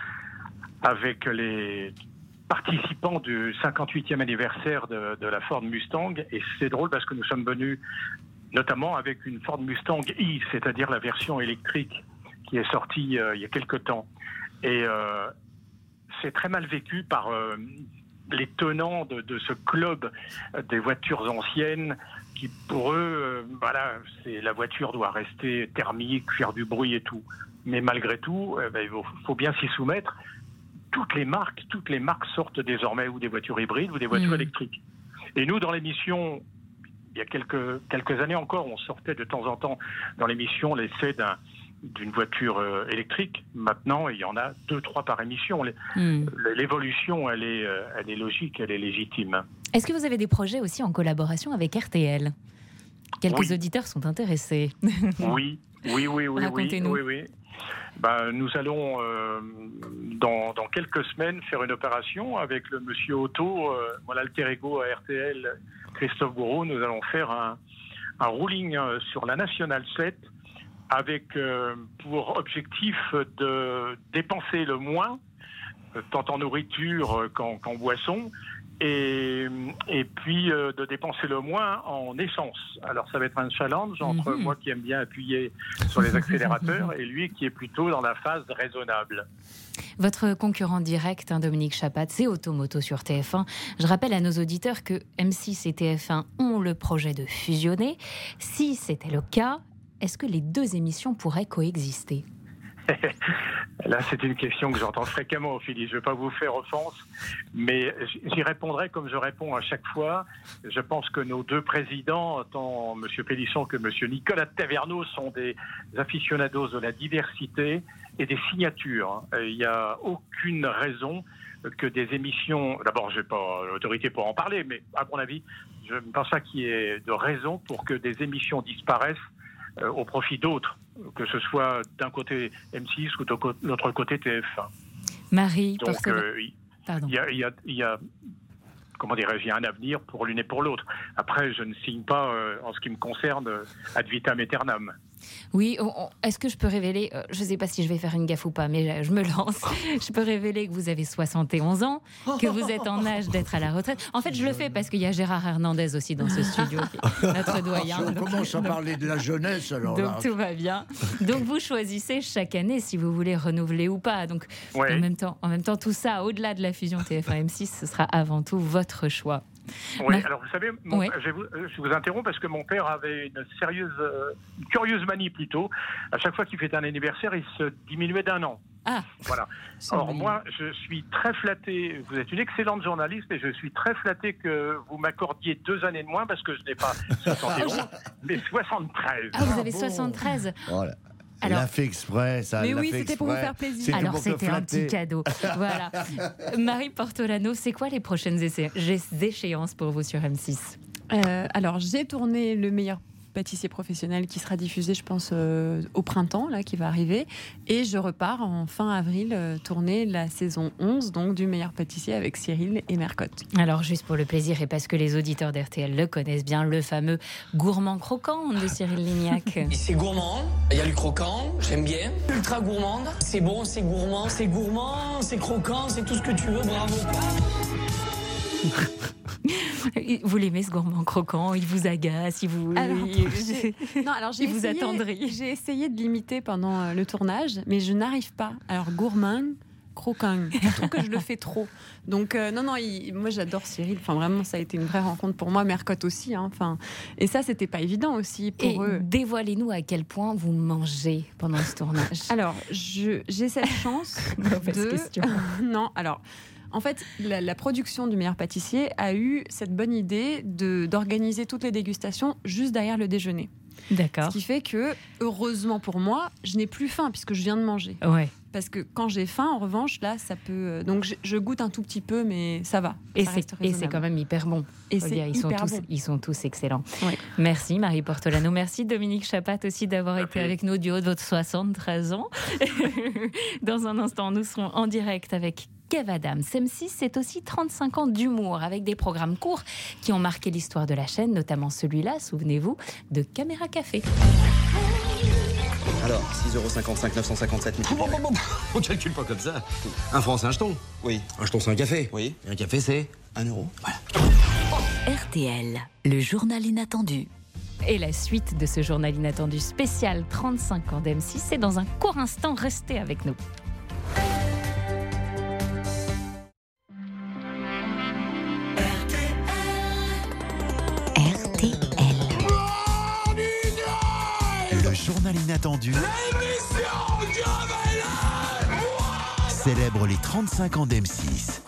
avec les participants du cinquante-huitième anniversaire de, de la Ford Mustang, et c'est drôle parce que nous sommes venus notamment avec une Ford Mustang E, c'est-à-dire la version électrique qui est sortie euh, il y a quelque temps. Et euh, c'est très mal vécu par euh, les tenants de, de ce club des voitures anciennes qui, pour eux, euh, voilà, c'est, la voiture doit rester thermique, faire du bruit et tout. Mais malgré tout, euh, ben, il faut, faut bien s'y soumettre. Toutes les marques, toutes les marques sortent désormais ou des voitures hybrides ou des voitures mmh. électriques. Et nous, dans l'émission, il y a quelques, quelques années encore, on sortait de temps en temps dans l'émission l'essai d'un, d'une voiture euh, électrique. Maintenant, il y en a deux, trois par émission. Mmh. L'évolution, elle est, euh, elle est logique, elle est légitime. Est-ce que vous avez des projets aussi en collaboration avec R T L ? Quelques oui. auditeurs sont intéressés. Oui, oui, oui, oui. Racontez-nous. Oui, oui. Ben, nous allons, euh, dans, dans quelques semaines, faire une opération avec le monsieur Otto, euh, mon alter ego à R T L, Christophe Gouraud. Nous allons faire un, un ruling sur la Nationale sept avec euh, pour objectif de dépenser le moins, tant en nourriture qu'en, qu'en boisson, et, et puis euh, de dépenser le moins en essence. Alors ça va être un challenge entre mmh. moi qui aime bien appuyer sur les accélérateurs et lui qui est plutôt dans la phase raisonnable. Votre concurrent direct, hein, Dominique Chapat, c'est Automoto sur T F un. Je rappelle à nos auditeurs que M six et T F un ont le projet de fusionner. Si c'était le cas, est-ce que les deux émissions pourraient coexister ? Là, c'est une question que j'entends fréquemment, Ophélie. Je ne vais pas vous faire offense, mais j'y répondrai comme je réponds à chaque fois. Je pense que nos deux présidents, tant M. Pélisson que M. Nicolas Taverneau, sont des aficionados de la diversité et des signatures. Il n'y a aucune raison que des émissions... D'abord, je n'ai pas l'autorité pour en parler, mais à mon avis, je ne pense pas qu'il y ait de raison pour que des émissions disparaissent euh, au profit d'autres, que ce soit d'un côté M six ou de l'autre côté T F un. Marie, donc il euh, y, y, y, y a, comment dirais-je, il y a un avenir pour l'une et pour l'autre. Après, je ne signe pas, euh, en ce qui me concerne, ad vitam aeternam. Oui, on, on, est-ce que je peux révéler, euh, je ne sais pas si je vais faire une gaffe ou pas, mais je me lance. Je peux révéler que vous avez soixante et onze ans, que vous êtes en âge d'être à la retraite. En fait, je le fais parce qu'il y a Gérard Hernandez aussi dans ce studio, notre doyen. On commence à parler de la jeunesse, alors. Donc là. Tout va bien. Donc vous choisissez chaque année si vous voulez renouveler ou pas. Donc ouais. en même temps, en même temps, tout ça, au-delà de la fusion T F un M six, ce sera avant tout votre choix. Oui, Ma... alors vous savez, mon, oui. je, vous, je vous interromps parce que mon père avait une sérieuse, euh, une curieuse manie plutôt. À chaque fois qu'il fêtait un anniversaire, il se diminuait d'un an. Ah. Voilà. Or moi, je suis très flatté. Vous êtes une excellente journaliste et je suis très flatté que vous m'accordiez deux années de moins parce que je n'ai pas soixante et onze, mais soixante-treize. Ah, vous avez soixante-treize. Voilà. Alors, elle l'a fait exprès, ça. Mais elle oui, l'a fait c'était exprès. pour vous faire plaisir. C'était Alors, pour c'était un petit cadeau. Voilà. Marie Portolano, c'est quoi les prochaines essai- échéances pour vous sur M six ? euh, Alors, j'ai tourné Le meilleur pâtissier professionnel qui sera diffusé, je pense, euh, au printemps, là, qui va arriver. Et je repars en fin avril euh, tourner la saison onze, donc du meilleur pâtissier avec Cyril et Mercotte. Alors, juste pour le plaisir et parce que les auditeurs d'R T L le connaissent bien, le fameux gourmand croquant de Cyril Lignac. C'est gourmand, il y a le croquant, j'aime bien. Ultra gourmande, c'est bon, c'est gourmand, c'est gourmand, c'est croquant, c'est tout ce que tu veux, bravo. Vous l'aimez ce gourmand croquant, il vous agace, il vous, alors, il, j'ai... Non, alors, j'ai il essayé, vous attendrit. J'ai essayé de l'imiter pendant le tournage, mais je n'arrive pas. Alors gourmand, croquant, je trouve que je le fais trop. Donc euh, non, non, il... moi j'adore Cyril. Enfin vraiment, ça a été une vraie rencontre pour moi. Mercotte aussi. Hein. Enfin, et ça, c'était pas évident aussi pour et eux. Dévoilez-nous à quel point vous mangez pendant ce tournage. Alors, je... j'ai cette chance de. Question. Non, alors. En fait, la, la production du meilleur pâtissier a eu cette bonne idée de, d'organiser toutes les dégustations juste derrière le déjeuner. D'accord. Ce qui fait que, heureusement pour moi, je n'ai plus faim puisque je viens de manger. Ouais. parce que quand j'ai faim, en revanche, là, ça peut. Donc je, je goûte un tout petit peu, mais ça va. Et, ça c'est, et c'est quand même hyper bon. Et c'est dire, ils, sont tous, bon. ils sont tous excellents. Oui. Merci Marie Portolano. Merci Dominique Chapat aussi d'avoir été avec nous du haut de votre soixante-treize ans. Dans un instant, nous serons en direct avec Kev Adams. M six, c'est aussi trente-cinq ans d'humour avec des programmes courts qui ont marqué l'histoire de la chaîne, notamment celui-là, souvenez-vous, de Caméra Café. Alors, six euros cinquante-cinq, neuf cent cinquante-sept mille. Bon, bon, bon, on calcule pas comme ça. Un franc, c'est un jeton. Oui. Un jeton, c'est un café. Oui. Et un café, c'est un euro. Voilà. R T L, le journal inattendu. Et la suite de ce journal inattendu spécial trente-cinq ans d'M six, c'est dans un court instant. Restez avec nous. R T L. Le journal inattendu célèbre les trente-cinq ans d'M six.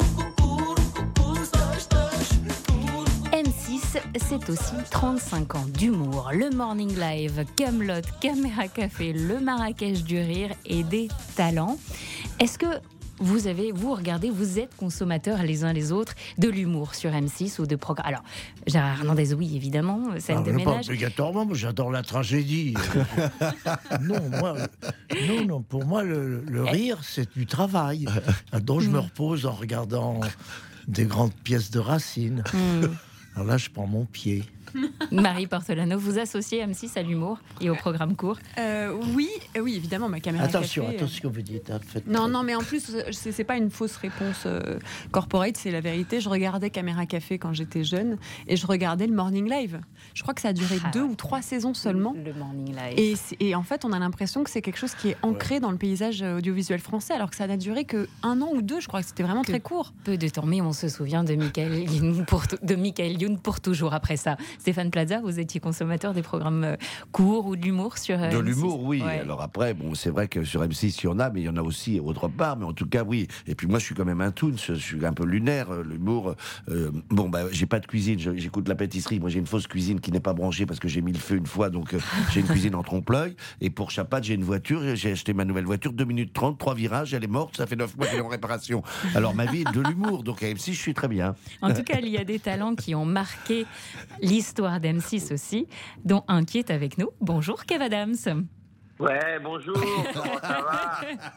M six, c'est aussi trente-cinq ans d'humour. Le Morning Live, Kaamelott, Caméra Café, le Marrakech du rire et des talents. Est-ce que vous avez, vous regardez, vous êtes consommateurs les uns les autres de l'humour sur M six ou de programmes? Alors, Gérard Hernandez, oui, évidemment, scène ah, de mais ménage. Pas obligatoirement, moi j'adore la tragédie. non, moi, non, non, pour moi, le, le rire, c'est du travail. Donc je me repose en regardant des grandes pièces de Racine. Mm. Alors là, je prends mon pied. Marie Portolano, vous associez M six à l'humour et au programme court? euh, Oui, oui, évidemment, ma caméra Attention, café, attention, vous dites. Hein, faites non, très... non, mais en plus, c'est, c'est pas une fausse réponse euh, corporate, c'est la vérité. Je regardais Caméra Café quand j'étais jeune et je regardais le Morning Live. Je crois que ça a duré ah, deux ou trois saisons seulement. Le Morning Live. Et, et en fait, on a l'impression que c'est quelque chose qui est ancré ouais. dans le paysage audiovisuel français, alors que ça n'a duré que un an ou deux. Je crois que c'était vraiment que très court. Peu de temps, mais on se souvient de Michael Youn pour, de Michael Youn pour toujours après ça. Stéphane Plaza, vous étiez consommateur des programmes courts ou de l'humour sur de M six? L'humour, oui. Ouais. Alors après, bon, c'est vrai que sur M six, il y en a, mais il y en a aussi autre part. Mais en tout cas, oui. Et puis moi, je suis quand même un toon, je suis un peu lunaire, l'humour. Euh, bon, bah, j'ai pas de cuisine, j'écoute la pâtisserie. Moi, j'ai une fausse cuisine qui n'est pas branchée parce que j'ai mis le feu une fois, donc euh, j'ai une cuisine en trompe-l'œil. Et pour Chapat, j'ai une voiture, j'ai acheté ma nouvelle voiture, deux minutes trente, trois virages, elle est morte, ça fait neuf mois qu'elle est en réparation. Alors ma vie est de l'humour, donc à M six, je suis très bien. En tout cas, il y a des talents qui ont marqué l'histoire d'M six aussi, dont un qui est avec nous. Bonjour Kev Adams. Ouais, bonjour, comment ça va?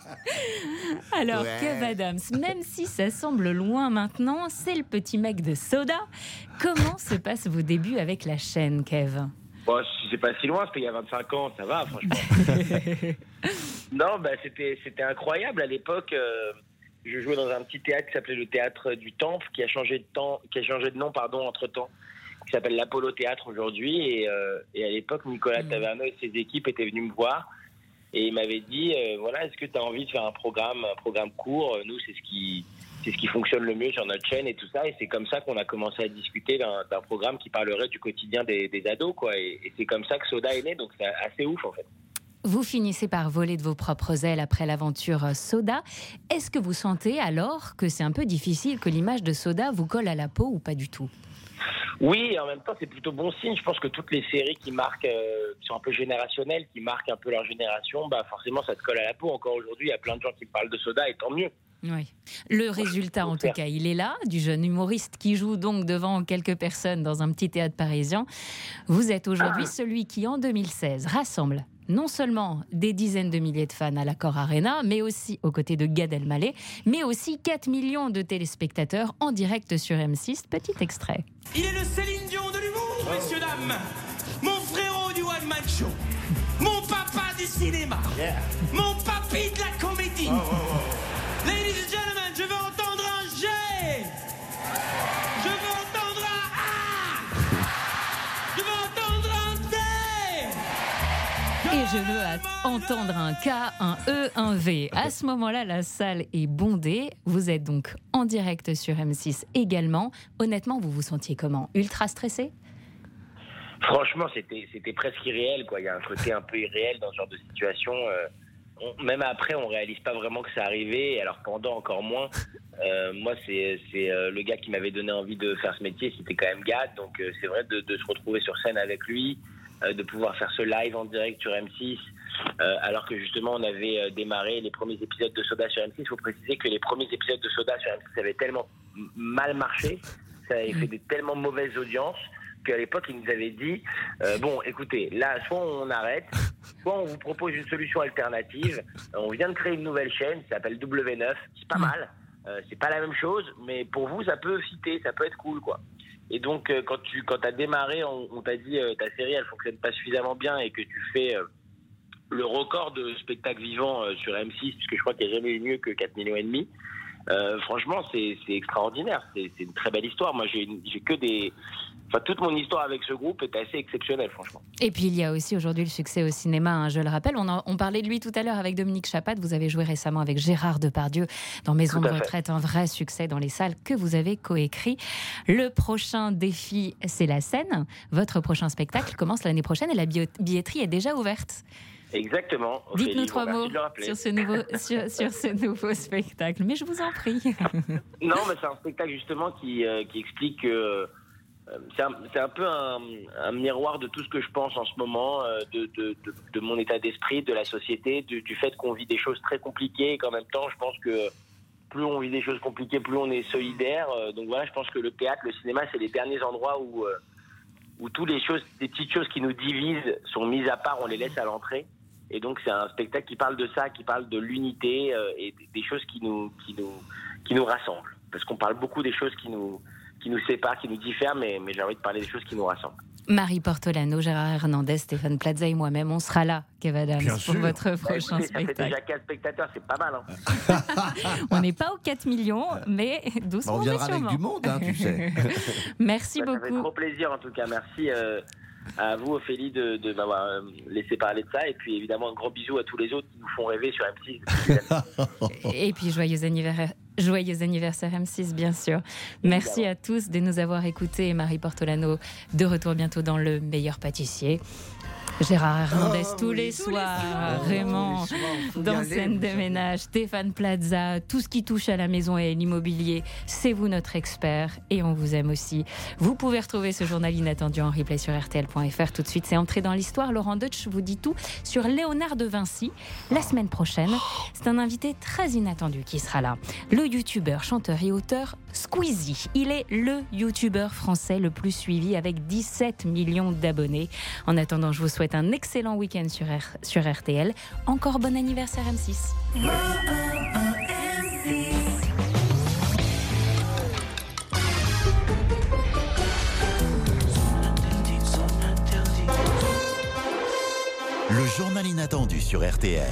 Alors, ouais. Kev Adams, même si ça semble loin maintenant, c'est le petit mec de Soda. Comment se passent vos débuts avec la chaîne, Kev? Bon, c'est pas si loin, c'était il y a vingt-cinq ans, ça va, franchement. Non, bah, c'était, c'était incroyable. À l'époque, euh, je jouais dans un petit théâtre qui s'appelait le Théâtre du Temple, qui a changé de, temps, qui a changé de nom pardon, entre-temps, qui s'appelle l'Apollo Théâtre aujourd'hui. Et, euh, et à l'époque, Nicolas mmh. Taverneau et ses équipes étaient venus me voir. Et il m'avait dit, euh, voilà, est-ce que tu as envie de faire un programme, un programme court? Nous, c'est ce qui... c'est ce qui fonctionne le mieux sur notre chaîne et tout ça. Et c'est comme ça qu'on a commencé à discuter d'un, d'un programme qui parlerait du quotidien des, des ados, quoi. Et, et c'est comme ça que Soda est né, donc c'est assez ouf, en fait. Vous finissez par voler de vos propres ailes après l'aventure Soda. Est-ce que vous sentez alors que c'est un peu difficile, que l'image de Soda vous colle à la peau ou pas du tout? Oui, et en même temps, c'est plutôt bon signe. Je pense que toutes les séries qui marquent, euh, qui sont un peu générationnelles, qui marquent un peu leur génération, bah forcément, ça te colle à la peau. Encore aujourd'hui, il y a plein de gens qui parlent de Soda, et tant mieux. Oui. Le résultat, en tout cas, il est là, du jeune humoriste qui joue donc devant quelques personnes dans un petit théâtre parisien. Vous êtes aujourd'hui celui qui, en deux mille seize, rassemble non seulement des dizaines de milliers de fans à l'Accor Arena, mais aussi aux côtés de Gad Elmaleh, mais aussi quatre millions de téléspectateurs en direct sur M six. Petit extrait. Il est le Céline Dion de l'humour, oh. messieurs, dames. Mon frérot du one-man show. Mon papa du cinéma. Yeah. Mon papy de la comédie. Oh, oh, oh. Ladies and gentlemen, je veux entendre un G. Je veux entendre un A. Je veux entendre un D. Et je veux entendre un K, un E, un V. À ce moment-là, la salle est bondée. Vous êtes donc en direct sur M six également. Honnêtement, vous vous sentiez comment? Ultra stressé? Franchement, c'était, c'était presque irréel, quoi. Il y a un côté un peu irréel dans ce genre de situation. Euh, on, même après, on réalise pas vraiment que ça arrivait. Alors pendant, encore moins. Euh, moi, c'est, c'est euh, le gars qui m'avait donné envie de faire ce métier. C'était quand même Gad. Donc euh, c'est vrai de, de se retrouver sur scène avec lui. euh, de pouvoir faire ce live en direct sur M six, euh, alors que justement on avait euh, démarré les premiers épisodes de Soda sur M six. Il faut préciser que les premiers épisodes de Soda sur M six avaient tellement m- mal marché, ça avait fait des tellement mauvaises audiences, qu'à l'époque ils nous avaient dit euh, bon écoutez, là soit on arrête, soit on vous propose une solution alternative. On vient de créer une nouvelle chaîne, ça s'appelle W neuf, c'est pas mal, euh, c'est pas la même chose, mais pour vous ça peut fitter, ça peut être cool quoi. Et donc euh, quand tu quand t'as démarré, on, on t'a dit euh, ta série elle fonctionne pas suffisamment bien et que tu fais euh, le record de spectacles vivants euh, sur M six, puisque je crois qu'il n'y a jamais eu mieux que quatre millions et demi. Euh, franchement, c'est, c'est extraordinaire. C'est, c'est une très belle histoire. Moi, j'ai, j'ai que des... Enfin, toute mon histoire avec ce groupe est assez exceptionnelle, franchement. Et puis, il y a aussi aujourd'hui le succès au cinéma, hein, je le rappelle. On, en, on parlait de lui tout à l'heure avec Dominique Chapat. Vous avez joué récemment avec Gérard Depardieu dans Maison de retraite, un vrai succès dans les salles que vous avez coécrit. Le prochain défi, c'est la scène. Votre prochain spectacle commence l'année prochaine et la billetterie est déjà ouverte. Exactement. Dites-nous trois mots sur ce, nouveau, sur, sur ce nouveau spectacle, mais je vous en prie. Non, mais c'est un spectacle justement qui, euh, qui explique que euh, c'est, un, c'est un peu un, un miroir de tout ce que je pense en ce moment, euh, de, de, de, de mon état d'esprit, de la société, du, du fait qu'on vit des choses très compliquées et qu'en même temps, je pense que plus on vit des choses compliquées, plus on est solidaire. Euh, donc voilà, je pense que le théâtre, le cinéma, c'est les derniers endroits où, euh, où toutes les choses, les petites choses qui nous divisent sont mises à part, on les laisse à l'entrée. Et donc c'est un spectacle qui parle de ça, qui parle de l'unité euh, et des choses qui nous, qui nous, qui nous rassemblent. Parce qu'on parle beaucoup des choses qui nous, qui nous séparent, qui nous diffèrent, mais, mais j'ai envie de parler des choses qui nous rassemblent. Marie Portolano, Gérard Hernandez, Stéphane Plaza et moi-même, on sera là, Kev Adams, Bien pour sûr. votre bah, prochain écoutez, spectacle. Ça fait déjà quatre spectateurs, c'est pas mal. Hein. On n'est pas aux quatre millions, mais doucement, bah, on viendra mais avec du monde, hein, tu sais. Merci bah, beaucoup. Ça fait trop plaisir en tout cas, merci. Euh... à vous, Ophélie, de, de m'avoir laissé parler de ça. Et puis, évidemment, un grand bisou à tous les autres qui nous font rêver sur M six. Et puis, joyeux anniversaire, joyeux anniversaire M six, bien sûr. Merci évidemment. À tous de nous avoir écoutés. Marie Portolano, de retour bientôt dans Le Meilleur Pâtissier. Gérard Hernandez oh, tous, oui, les tous soirs, les soirs, Raymond dans Scène de ménage, Stéphane Plaza, tout ce qui touche à la maison et à l'immobilier, c'est vous notre expert et on vous aime aussi. Vous pouvez retrouver ce journal inattendu en replay sur R T L point F R. Tout de suite, c'est Entrée dans l'histoire. Laurent Deutsch vous dit tout sur Léonard de Vinci. La semaine prochaine, c'est un invité très inattendu qui sera là. Le youtubeur, chanteur et auteur Squeezie. Il est le youtubeur français le plus suivi avec dix-sept millions d'abonnés. En attendant, je vous souhaite un excellent week-end sur, R- sur R T L. Encore bon anniversaire M six. Le journal inattendu sur R T L.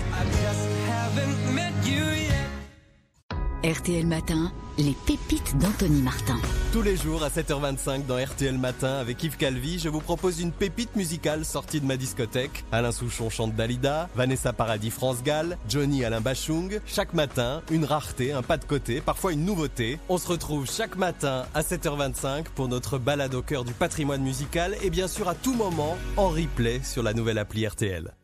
R T L Matin, les pépites d'Anthony Martin. Tous les jours à sept heures vingt-cinq dans R T L Matin avec Yves Calvi, je vous propose une pépite musicale sortie de ma discothèque. Alain Souchon chante Dalida, Vanessa Paradis France Gall, Johnny Alain Bachung. Chaque matin, une rareté, un pas de côté, parfois une nouveauté. On se retrouve chaque matin à sept heures vingt-cinq pour notre balade au cœur du patrimoine musical et bien sûr à tout moment en replay sur la nouvelle appli R T L.